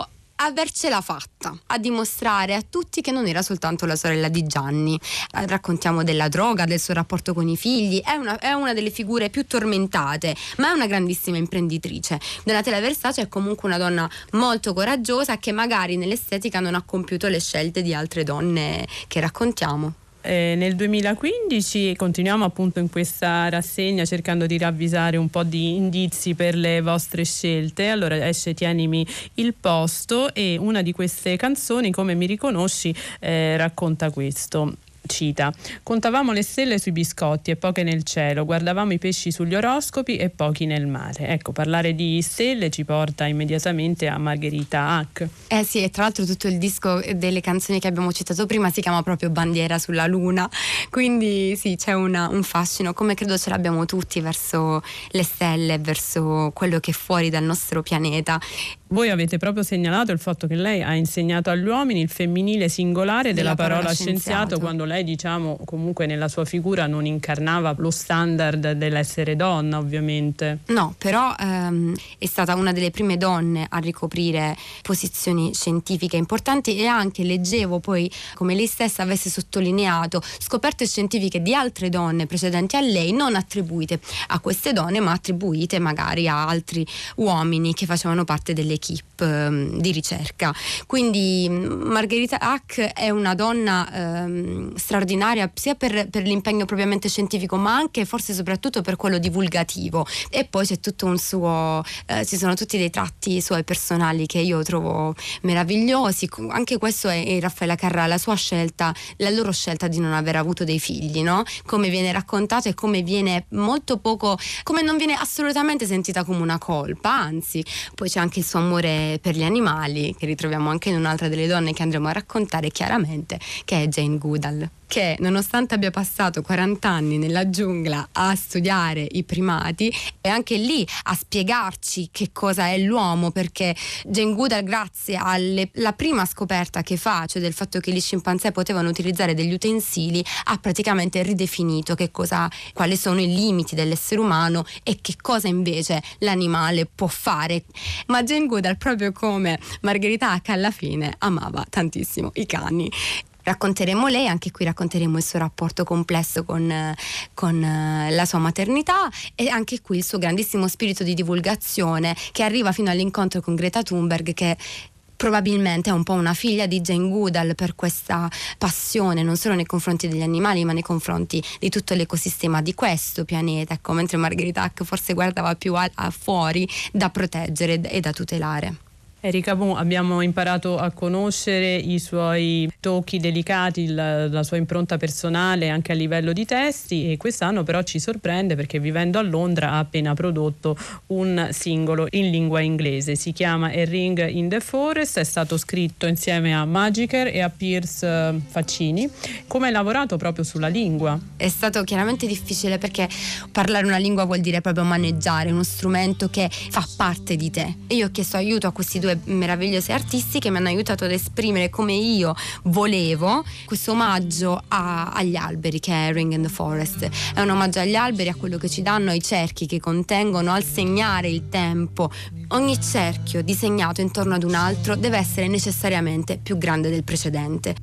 avercela fatta, a dimostrare a tutti che non era soltanto la sorella di Gianni. Raccontiamo della droga, del suo rapporto con i figli, è una, è una delle figure più tormentate, ma è una grandissima imprenditrice. Donatella Versace è comunque una donna molto coraggiosa che magari nell'estetica non ha compiuto le scelte di altre donne che raccontiamo. Eh, nel duemilaquindici continuiamo appunto in questa rassegna cercando di ravvisare un po' di indizi per le vostre scelte. Allora esce Tienimi il posto e una di queste canzoni, Come mi riconosci, eh, racconta questo. Cita: contavamo le stelle sui biscotti e poche nel cielo, guardavamo i pesci sugli oroscopi e pochi nel mare. Ecco, parlare di stelle ci porta immediatamente a Margherita Hack. Eh sì, e tra l'altro tutto il disco delle canzoni che abbiamo citato prima si chiama proprio Bandiera sulla Luna, quindi sì, c'è una, un fascino, come credo ce l'abbiamo tutti, verso le stelle, verso quello che è fuori dal nostro pianeta. Voi avete proprio segnalato il fatto che lei ha insegnato agli uomini il femminile singolare della, della parola, parola scienziato, scienziato, quando lei, diciamo, comunque nella sua figura non incarnava lo standard dell'essere donna, ovviamente. No, però ehm, è stata una delle prime donne a ricoprire posizioni scientifiche importanti, e anche leggevo poi come lei stessa avesse sottolineato scoperte scientifiche di altre donne precedenti a lei, non attribuite a queste donne ma attribuite magari a altri uomini che facevano parte delle equip di ricerca. Quindi Margherita Hack è una donna ehm, straordinaria sia per, per l'impegno propriamente scientifico, ma anche forse soprattutto per quello divulgativo. E poi c'è tutto un suo eh, ci sono tutti dei tratti suoi personali che io trovo meravigliosi. Anche questo è, è Raffaella Carrà, la sua scelta, la loro scelta di non aver avuto dei figli, no? Come viene raccontato e come viene molto poco, come non viene assolutamente sentita come una colpa, anzi. Poi c'è anche il suo amore per gli animali, che ritroviamo anche in un'altra delle donne che andremo a raccontare chiaramente, che è Jane Goodall, che nonostante abbia passato quaranta anni nella giungla a studiare i primati, e anche lì a spiegarci che cosa è l'uomo, perché Jane Goodall, grazie alla prima scoperta che fa, cioè del fatto che gli scimpanzé potevano utilizzare degli utensili, ha praticamente ridefinito che cosa, quali sono i limiti dell'essere umano e che cosa invece l'animale può fare. Ma Jane Goodall, proprio come Margherita Hack, alla fine amava tantissimo i cani. Racconteremo lei, anche qui racconteremo il suo rapporto complesso con, con la sua maternità, e anche qui il suo grandissimo spirito di divulgazione, che arriva fino all'incontro con Greta Thunberg, che probabilmente è un po' una figlia di Jane Goodall per questa passione non solo nei confronti degli animali ma nei confronti di tutto l'ecosistema di questo pianeta. Ecco, mentre Margherita Hack forse guardava più a, a fuori, da proteggere e da tutelare. Erika Buon, abbiamo imparato a conoscere i suoi tocchi delicati, la, la sua impronta personale anche a livello di testi, e quest'anno però ci sorprende perché, vivendo a Londra, ha appena prodotto un singolo in lingua inglese. Si chiama A Ring in the Forest, è stato scritto insieme a Magiker e a Piers Faccini. Come hai lavorato proprio sulla lingua? È stato chiaramente difficile, perché parlare una lingua vuol dire proprio maneggiare uno strumento che fa parte di te, e io ho chiesto aiuto a questi due meravigliosi artisti che mi hanno aiutato ad esprimere come io volevo questo omaggio a, agli alberi, che è Ring in the Forest. È un omaggio agli alberi, a quello che ci danno, ai cerchi che contengono, al segnare il tempo. Ogni cerchio disegnato intorno ad un altro deve essere necessariamente più grande del precedente.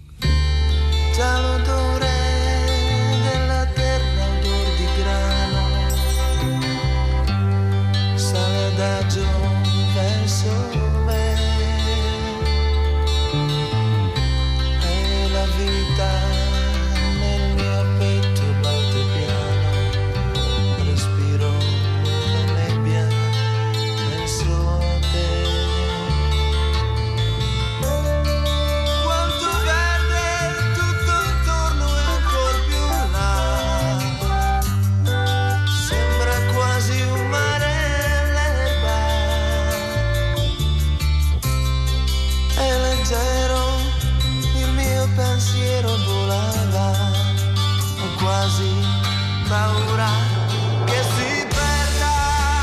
Già l'odore della terra, odor di grano, sale adagio verso me, e la vita nel mio petto batte piano, respiro la nebbia verso te. Quanto verde tutto intorno e ancor più là, sembra quasi un mare. Il mio pensiero volava, ho quasi paura che si perda.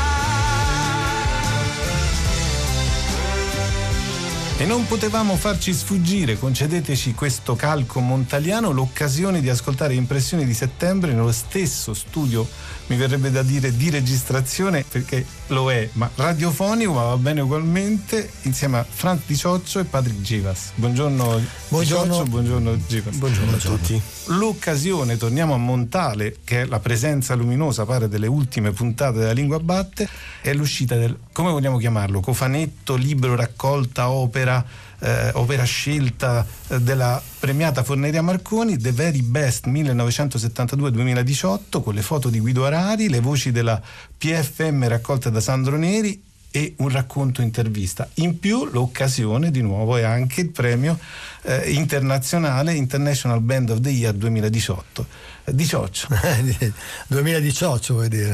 E non potevamo farci sfuggire, concedeteci questo calco montaliano, l'occasione di ascoltare Impressioni di settembre nello stesso studio, mi verrebbe da dire, di registrazione, perché lo è, ma radiofonico, ma va bene ugualmente, insieme a Franz Di Cioccio e Patrick Givas. Buongiorno, buongiorno. Di Cioccio, buongiorno Givas. Buongiorno, buongiorno a tutti. L'occasione, torniamo a Montale, che è la presenza luminosa, pare, delle ultime puntate della Lingua Batte, è l'uscita del, come vogliamo chiamarlo, cofanetto, libro, raccolta, opera, eh, opera scelta eh, della premiata Forneria Marconi, The Very Best millenovecentosettantadue duemiladiciotto, con le foto di Guido Arari, le voci della P F M raccolte da Sandro Neri e un racconto intervista. In più l'occasione di nuovo è anche il premio eh, internazionale International Band of the Year duemiladiciotto. Eh, di Cioccio. duemiladiciotto vuoi dire?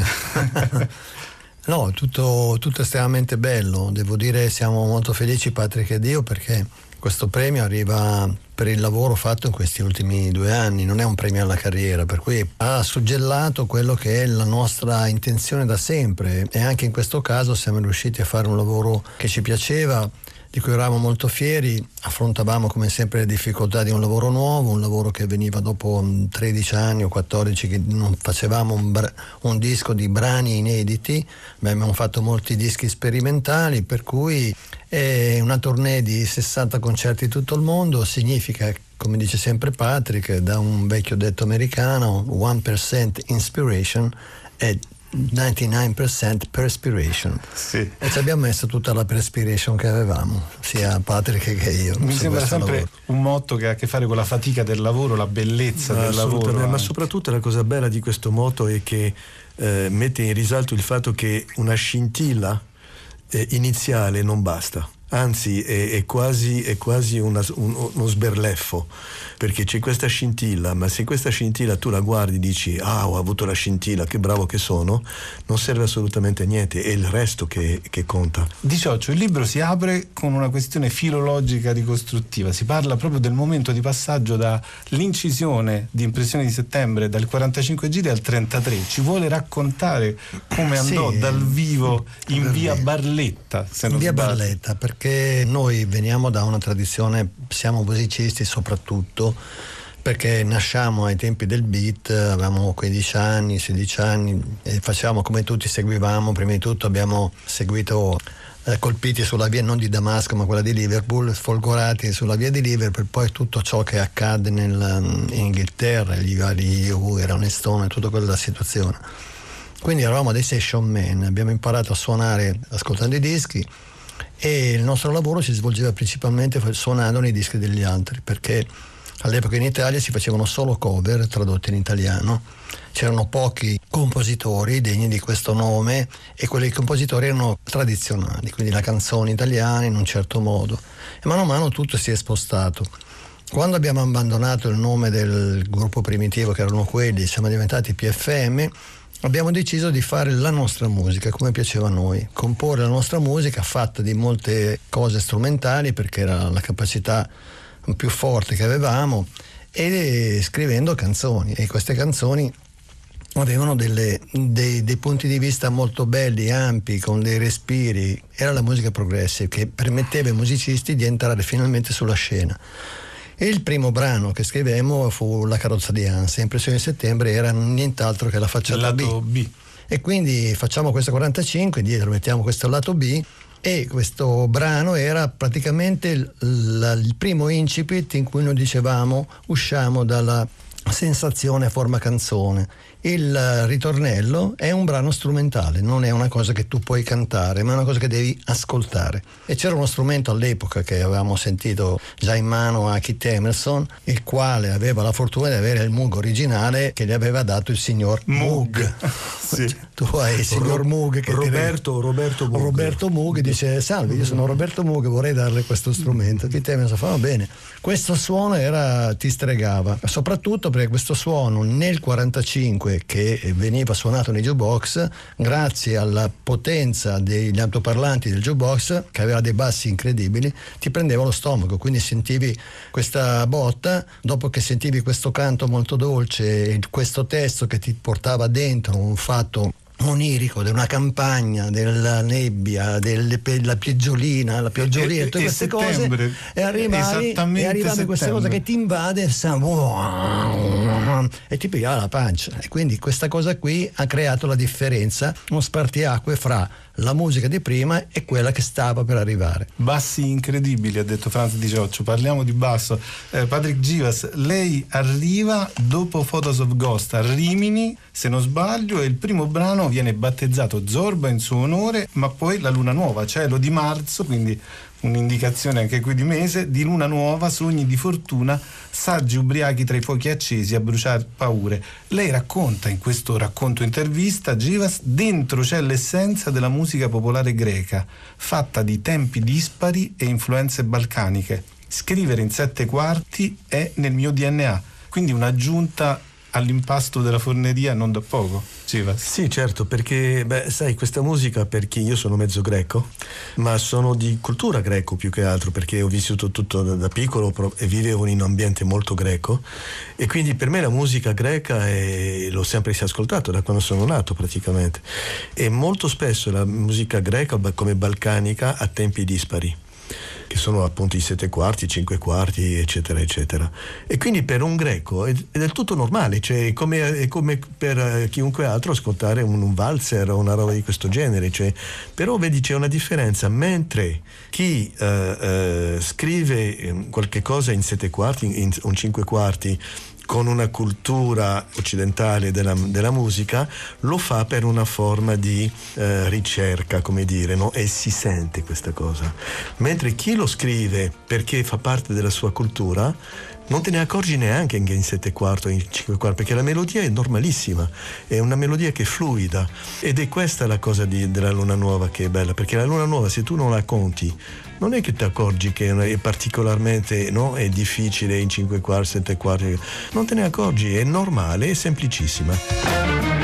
No, tutto, tutto estremamente bello, devo dire siamo molto felici Patrick ed io perché questo premio arriva per il lavoro fatto in questi ultimi due anni, non è un premio alla carriera, per cui ha suggellato quello che è la nostra intenzione da sempre e anche in questo caso siamo riusciti a fare un lavoro che ci piaceva, di cui eravamo molto fieri, affrontavamo come sempre le difficoltà di un lavoro nuovo, un lavoro che veniva dopo tredici anni o quattordici che non facevamo un, bra- un disco di brani inediti, ma abbiamo fatto molti dischi sperimentali, per cui è una tournée di sessanta concerti in tutto il mondo, significa, come dice sempre Patrick, da un vecchio detto americano, one percent inspiration e novantanove percent perspiration. Sì. E ci abbiamo messo tutta la perspiration che avevamo, sia Patrick che io. Mi sembra sempre lavoro. un motto che ha a che fare con la fatica del lavoro, la bellezza Ma del lavoro. ma anche. soprattutto la cosa bella di questo motto è che eh, mette in risalto il fatto che una scintilla eh, iniziale non basta. Anzi è, è quasi, è quasi una, un, uno sberleffo, perché c'è questa scintilla, ma se questa scintilla tu la guardi e dici ah ho avuto la scintilla, che bravo che sono, non serve assolutamente a niente, è il resto che, che conta. Di Cioccio, il libro si apre con una questione filologica ricostruttiva, si parla proprio del momento di passaggio dall'incisione di Impressioni di settembre dal quarantacinque giri al trentatré, ci vuole raccontare come andò sì, dal vivo in via Barletta, se non in via sbaglio. Barletta, perché noi veniamo da una tradizione, siamo musicisti soprattutto perché nasciamo ai tempi del beat, avevamo quindici anni, sedici anni e facevamo come tutti, seguivamo, prima di tutto abbiamo seguito eh, colpiti sulla via non di Damasco ma quella di Liverpool, sfolgorati sulla via di Liverpool, poi tutto ciò che accade nel, in Inghilterra, gli vari U, Rolling Stone, tutta quella situazione. Quindi eravamo dei session man, abbiamo imparato a suonare ascoltando i dischi e il nostro lavoro si svolgeva principalmente suonando nei dischi degli altri, perché all'epoca in Italia si facevano solo cover tradotte in italiano, c'erano pochi compositori degni di questo nome e quelli compositori erano tradizionali, quindi la canzone italiana in un certo modo, e mano a mano tutto si è spostato. Quando abbiamo abbandonato il nome del gruppo primitivo, che erano quelli, siamo diventati P F M, abbiamo deciso di fare la nostra musica come piaceva a noi, comporre la nostra musica fatta di molte cose strumentali perché era la capacità più forte che avevamo, e scrivendo canzoni, e queste canzoni avevano delle, dei, dei punti di vista molto belli, ampi, con dei respiri. Era la musica progressive che permetteva ai musicisti di entrare finalmente sulla scena. E il primo brano che scrivemmo fu La carrozza di Ansia. Impressioni di settembre era nient'altro che la facciata B. B. E quindi facciamo questa quarantacinque, dietro mettiamo questo lato B, e questo brano era praticamente il, il primo incipit in cui noi dicevamo usciamo dalla sensazione a forma canzone. Il ritornello è un brano strumentale, non è una cosa che tu puoi cantare, ma è una cosa che devi ascoltare. E c'era uno strumento all'epoca che avevamo sentito già in mano a Keith Emerson, il quale aveva la fortuna di avere il Moog originale che gli aveva dato il signor Moog. Sì. Tu hai il signor Moog che Roberto, ti... Roberto Moog. Roberto Moog dice salve, io sono Roberto Moog, vorrei darle questo strumento. Keith Emerson fa va bene. Questo suono era, ti stregava, soprattutto perché questo suono nel quarantacinque che veniva suonato nei jukebox, grazie alla potenza degli altoparlanti del jukebox che aveva dei bassi incredibili, ti prendeva lo stomaco, quindi sentivi questa botta, dopo che sentivi questo canto molto dolce, questo testo che ti portava dentro un fatto onirico di una campagna, della nebbia, della pioggiolina, la pioggiolina, e, tutte queste cose, e arrivavi, e arrivavi questa cosa che ti invade e, sa, e ti pigliava la pancia. E quindi questa cosa qui ha creato la differenza, uno spartiacque fra la musica di prima e quella che stava per arrivare. Bassi incredibili, ha detto Franz Di Cioccio. Parliamo di basso. eh, Patrick Givas, lei arriva dopo Photos of Ghost a Rimini, se non sbaglio, e il primo brano viene battezzato Zorba in suo onore, ma poi La Luna Nuova, cielo di marzo, quindi un'indicazione anche qui di mese, di luna nuova, sogni di fortuna, saggi ubriachi tra i fuochi accesi a bruciare paure. Lei racconta in questo racconto intervista, Givas, dentro c'è l'essenza della musica popolare greca, fatta di tempi dispari e influenze balcaniche. Scrivere in sette quarti è nel mio D N A, quindi un'aggiunta all'impasto della forneria non da poco. Givas. Sì, certo, perché beh, sai, questa musica, perché io sono mezzo greco, ma sono di cultura greco più che altro, perché ho vissuto tutto da, da piccolo e vivevo in un ambiente molto greco, e quindi per me la musica greca è, l'ho sempre ascoltato da quando sono nato praticamente, e molto spesso la musica greca come balcanica ha tempi dispari, che sono appunto i sette quarti, i cinque quarti, eccetera, eccetera. E quindi per un greco è, è del tutto normale, cioè è come, è come per chiunque altro ascoltare un, un valzer o una roba di questo genere. Cioè, però vedi, c'è una differenza, mentre chi eh, eh, scrive qualche cosa in sette quarti, in un cinque quarti, con una cultura occidentale della, della musica, lo fa per una forma di eh, ricerca, come dire, no? E si sente questa cosa. Mentre chi lo scrive perché fa parte della sua cultura, non te ne accorgi neanche in sette quarti o in cinque quarti, perché la melodia è normalissima, è una melodia che è fluida, ed è questa la cosa di, della Luna Nuova che è bella, perché la Luna Nuova, se tu non la conti, non è che ti accorgi che è particolarmente, no, è difficile in cinque quarti, sette quarti, non te ne accorgi, è normale, è semplicissima.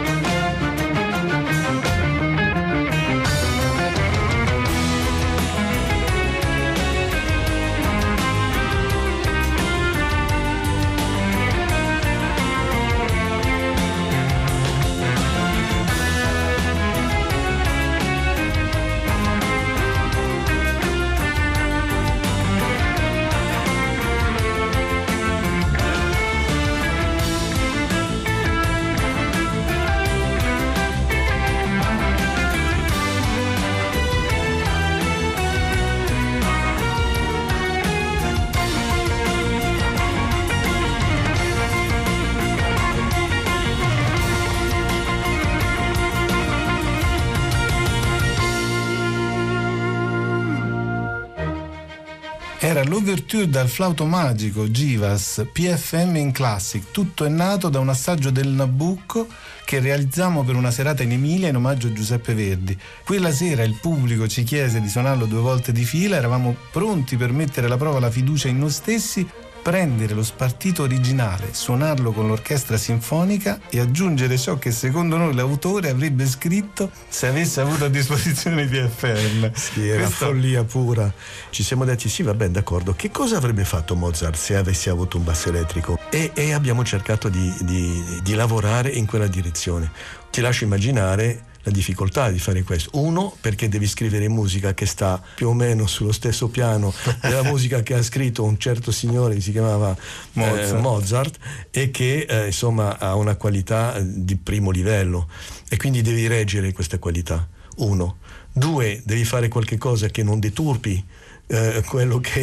Era l'ouverture dal flauto magico Givas, P F M in Classic. Tutto è nato da un assaggio del Nabucco che realizzammo per una serata in Emilia in omaggio a Giuseppe Verdi. Quella sera il pubblico ci chiese di suonarlo due volte di fila, eravamo pronti per mettere alla prova la fiducia in noi stessi, prendere lo spartito originale, suonarlo con l'orchestra sinfonica e aggiungere ciò che secondo noi l'autore avrebbe scritto se avesse avuto a disposizione i P F M. Sì, era Questo... follia pura. Ci siamo detti sì, va bene, d'accordo, che cosa avrebbe fatto Mozart se avesse avuto un basso elettrico? E, e abbiamo cercato di, di, di lavorare in quella direzione. Ti lascio immaginare la difficoltà di fare questo. Uno, perché devi scrivere musica che sta più o meno sullo stesso piano della musica che ha scritto un certo signore che si chiamava Mozart, eh, Mozart e che eh, insomma ha una qualità di primo livello, e quindi devi reggere questa qualità. Uno. Due, devi fare qualche cosa che non deturpi Eh, quello che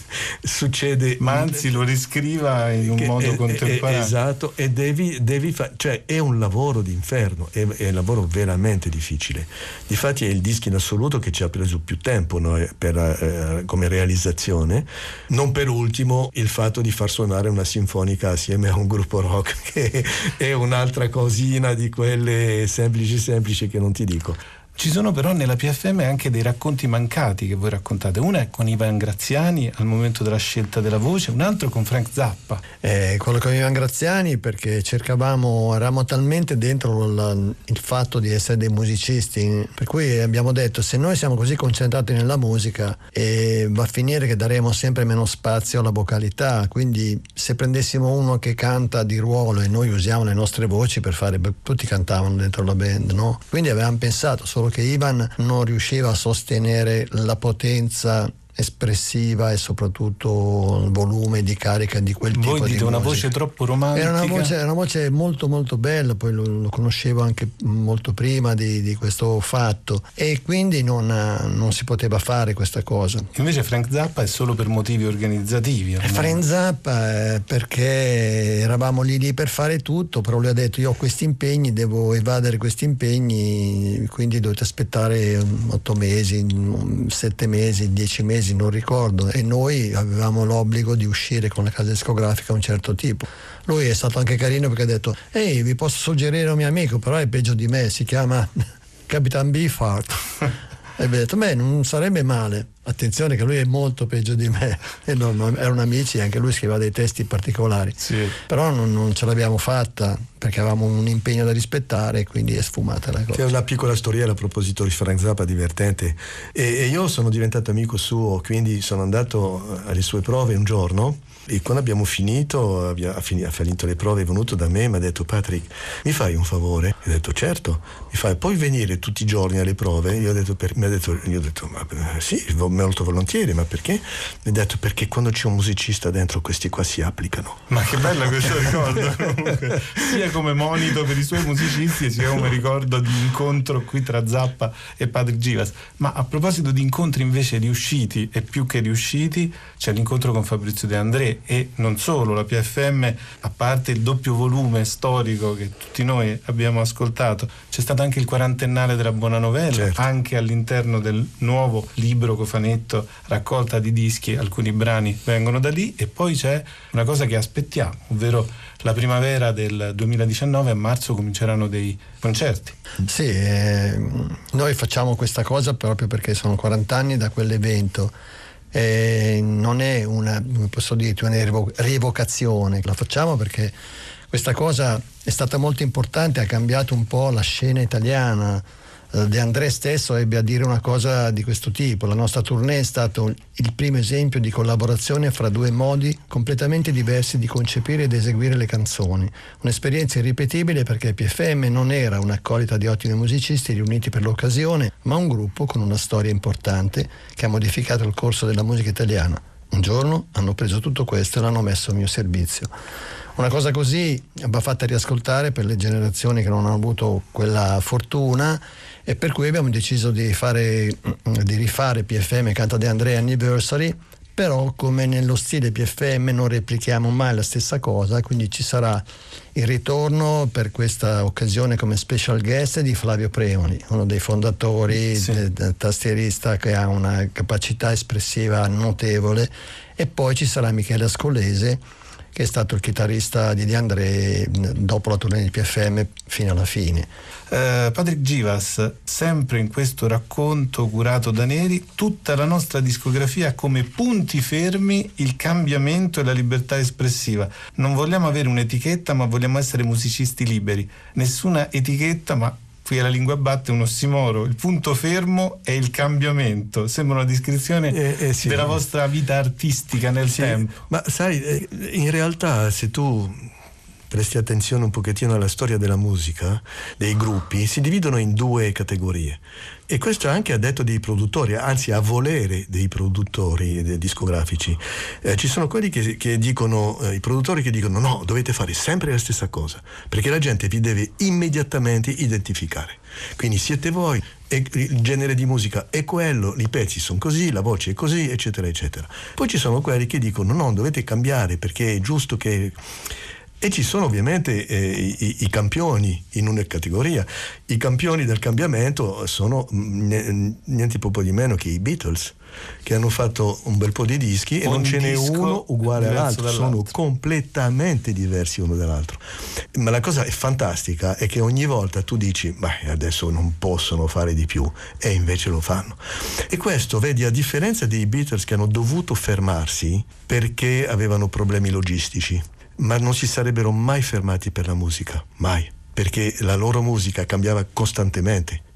succede, ma anzi lo riscriva in un modo è, contemporaneo. È, esatto, e devi, devi fare, cioè è un lavoro d'inferno, è, è un lavoro veramente difficile. Difatti è il disco in assoluto che ci ha preso più tempo, no, per, eh, come realizzazione. Non per ultimo il fatto di far suonare una sinfonica assieme a un gruppo rock, che è un'altra cosina di quelle semplici semplici che non ti dico. Ci sono però nella P F M anche dei racconti mancati che voi raccontate. Uno è con Ivan Graziani al momento della scelta della voce, un altro con Frank Zappa. Eh, quello con Ivan Graziani perché cercavamo, eravamo talmente dentro la, il fatto di essere dei musicisti, per cui abbiamo detto se noi siamo così concentrati nella musica e va a finire che daremo sempre meno spazio alla vocalità, quindi se prendessimo uno che canta di ruolo e noi usiamo le nostre voci per fare, tutti cantavano dentro la band, no? Quindi avevamo pensato solo che Ivan non riusciva a sostenere la potenza espressiva e soprattutto il volume di carica di quel tipo Voi di dite musica. Una voce troppo romantica. Era una voce, era una voce molto molto bella, poi lo, lo conoscevo anche molto prima di, di questo fatto, e quindi non, non si poteva fare questa cosa. Invece Frank Zappa è solo per motivi organizzativi. E Frank Zappa eh, perché eravamo lì lì per fare tutto, però lui ha detto: io ho questi impegni, devo evadere questi impegni, quindi dovete aspettare otto mesi, sette mesi, dieci mesi, non ricordo, e noi avevamo l'obbligo di uscire con la casa discografica un certo tipo. Lui è stato anche carino perché ha detto: ehi, vi posso suggerire un mio amico, però è peggio di me, si chiama Capitan Beefheart. E mi ha detto: beh, non sarebbe male. Attenzione che lui è molto peggio di me, e non, non, erano amici, anche lui scriveva dei testi particolari, sì. Però non, non ce l'abbiamo fatta perché avevamo un impegno da rispettare, e quindi è sfumata la cosa. C'è una piccola storiella a proposito di Frank Zappa divertente, e, e io sono diventato amico suo, quindi sono andato alle sue prove un giorno, e quando abbiamo finito, ha finito le prove, è venuto da me e mi ha detto: Patrick, mi fai un favore? Io ho detto: certo. Mi fai, puoi venire tutti i giorni alle prove? Io ho detto, per, mi ha detto, io ho detto ma sì, molto volentieri. Ma perché? Mi ha detto: perché quando c'è un musicista dentro, questi qua si applicano. Ma che bello questo ricordo comunque, sia come monito per i suoi musicisti, sia come ricordo di incontro qui tra Zappa e Patrick Givas. Ma a proposito di incontri invece riusciti e più che riusciti, c'è l'incontro con Fabrizio De André, e non solo. La P F M, a parte il doppio volume storico che tutti noi abbiamo ascoltato, c'è stato anche il quarantennale della Buona Novella, certo. Anche all'interno del nuovo libro cofanetto, raccolta di dischi, alcuni brani vengono da lì, e poi c'è una cosa che aspettiamo, ovvero la primavera del duemiladiciannove. A marzo cominceranno dei concerti. Sì, eh, noi facciamo questa cosa proprio perché sono quaranta anni da quell'evento. Eh, non è una, posso dirti, una rievocazione, la facciamo perché questa cosa è stata molto importante, ha cambiato un po' la scena italiana. De André stesso ebbe a dire una cosa di questo tipo: la nostra tournée è stato il primo esempio di collaborazione fra due modi completamente diversi di concepire ed eseguire le canzoni, un'esperienza irripetibile perché P F M non era un'accolita di ottimi musicisti riuniti per l'occasione, ma un gruppo con una storia importante che ha modificato il corso della musica italiana. Un giorno hanno preso tutto questo e l'hanno messo a mio servizio. Una cosa così va fatta riascoltare per le generazioni che non hanno avuto quella fortuna, e per cui abbiamo deciso di fare di rifare P F M Canta De André Anniversary, però come nello stile P F M non replichiamo mai la stessa cosa, quindi ci sarà il ritorno per questa occasione come special guest di Flavio Premoli, uno dei fondatori, sì. de, de, tastierista che ha una capacità espressiva notevole, e poi ci sarà Michele Ascolese, che è stato il chitarrista di De André dopo la tournée di P F M fino alla fine. Uh, Patrick Givas, sempre in questo racconto curato da Neri, tutta la nostra discografia ha come punti fermi il cambiamento e la libertà espressiva. Non vogliamo avere un'etichetta, ma vogliamo essere musicisti liberi. Nessuna etichetta, ma qui alla Lingua Batte un ossimoro. Il punto fermo è il cambiamento. Sembra una descrizione eh, eh, sì, della vostra vita artistica nel sì, tempo. Ma sai, eh, in realtà se tu presti attenzione un pochettino alla storia della musica, dei gruppi si dividono in due categorie, e questo anche a detto dei produttori, anzi a volere dei produttori dei discografici. Eh, ci sono quelli che, che dicono, eh, i produttori che dicono no, dovete fare sempre la stessa cosa perché la gente vi deve immediatamente identificare, quindi siete voi, e il genere di musica è quello, i pezzi sono così, la voce è così, eccetera eccetera. Poi ci sono quelli che dicono no, dovete cambiare perché è giusto che... E ci sono ovviamente eh, i, i campioni in una categoria. I campioni del cambiamento sono niente poco di meno che i Beatles, che hanno fatto un bel po' di dischi e un non ce n'è uno uguale all'altro, sono completamente diversi uno dall'altro. Ma la cosa è fantastica è che ogni volta tu dici beh, adesso non possono fare di più, e invece lo fanno. E questo, vedi, a differenza dei Beatles che hanno dovuto fermarsi perché avevano problemi logistici, ma non si sarebbero mai fermati per la musica, mai, perché la loro musica cambiava costantemente.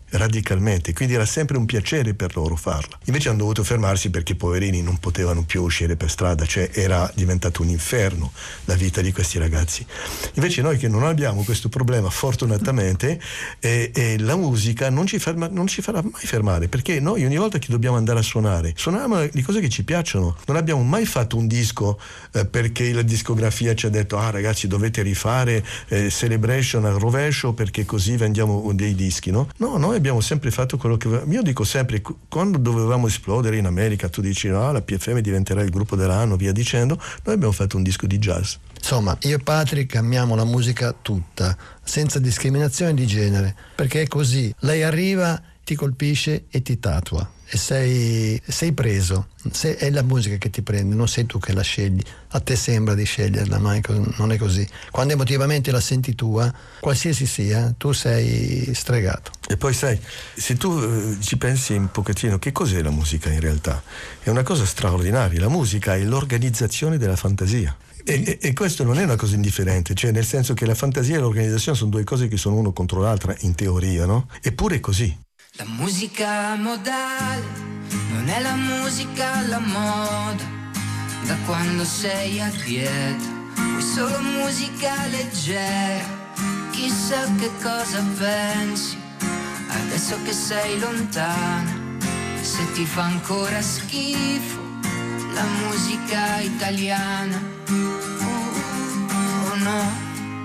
radicalmente, quindi era sempre un piacere per loro farla. Invece hanno dovuto fermarsi perché i poverini non potevano più uscire per strada, cioè era diventato un inferno la vita di questi ragazzi. Invece noi che non abbiamo questo problema, fortunatamente, eh, eh, la musica non ci, ferma, non ci farà mai fermare, perché noi ogni volta che dobbiamo andare a suonare, suoniamo le cose che ci piacciono. Non abbiamo mai fatto un disco eh, perché la discografia ci ha detto ah ragazzi dovete rifare eh, Celebration al rovescio perché così vendiamo dei dischi, no? No, noi abbiamo sempre fatto quello che... Io dico sempre, quando dovevamo esplodere in America, tu dici no, la P F M diventerà il gruppo dell'anno, via dicendo, noi abbiamo fatto un disco di jazz. Insomma, io e Patrick amiamo la musica tutta, senza discriminazione di genere, perché è così, lei arriva, ti colpisce e ti tatua e sei, sei preso, sei, è la musica che ti prende, non sei tu che la scegli, a te sembra di sceglierla, ma è, non è così. Quando emotivamente la senti tua, qualsiasi sia, tu sei stregato. E poi sai, se tu eh, ci pensi un pochettino, che cos'è la musica in realtà? È una cosa straordinaria, la musica è l'organizzazione della fantasia. E, e, e questo non è una cosa indifferente, cioè nel senso che la fantasia e l'organizzazione sono due cose che sono uno contro l'altra in teoria, no? Eppure è così. La musica modale non è la musica alla moda, da quando sei a dieta, vuoi solo musica leggera, chissà che cosa pensi, adesso che sei lontana, se ti fa ancora schifo la musica italiana, oh, oh no.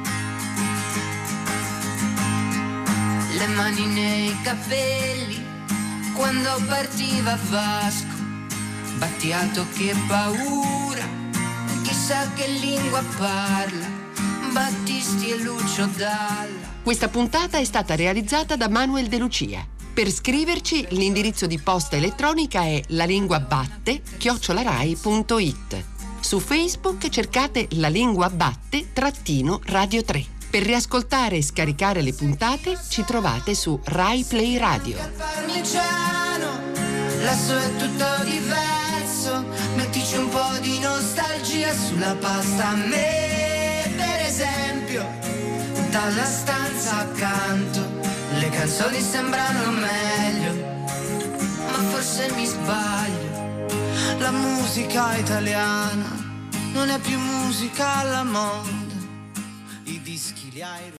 Le mani nei capelli quando partiva Vasco, Battiato che paura, chissà che lingua parla, Battisti e Lucio Dalla. Questa puntata è stata realizzata da Manuel De Lucia. Per scriverci l'indirizzo di posta elettronica è lalinguabatte chiocciola rai punto it. Su Facebook cercate La Lingua Batte trattino Radio tre. Per riascoltare e scaricare le puntate ci trovate su Rai Play Radio. Parmigiano, lassù è tutto diverso, mettici un po' di nostalgia sulla pasta. A me, per esempio, dalla stanza accanto, le canzoni sembrano meglio, ma forse mi sbaglio. La musica italiana non è più musica alla moda. I dischi li hai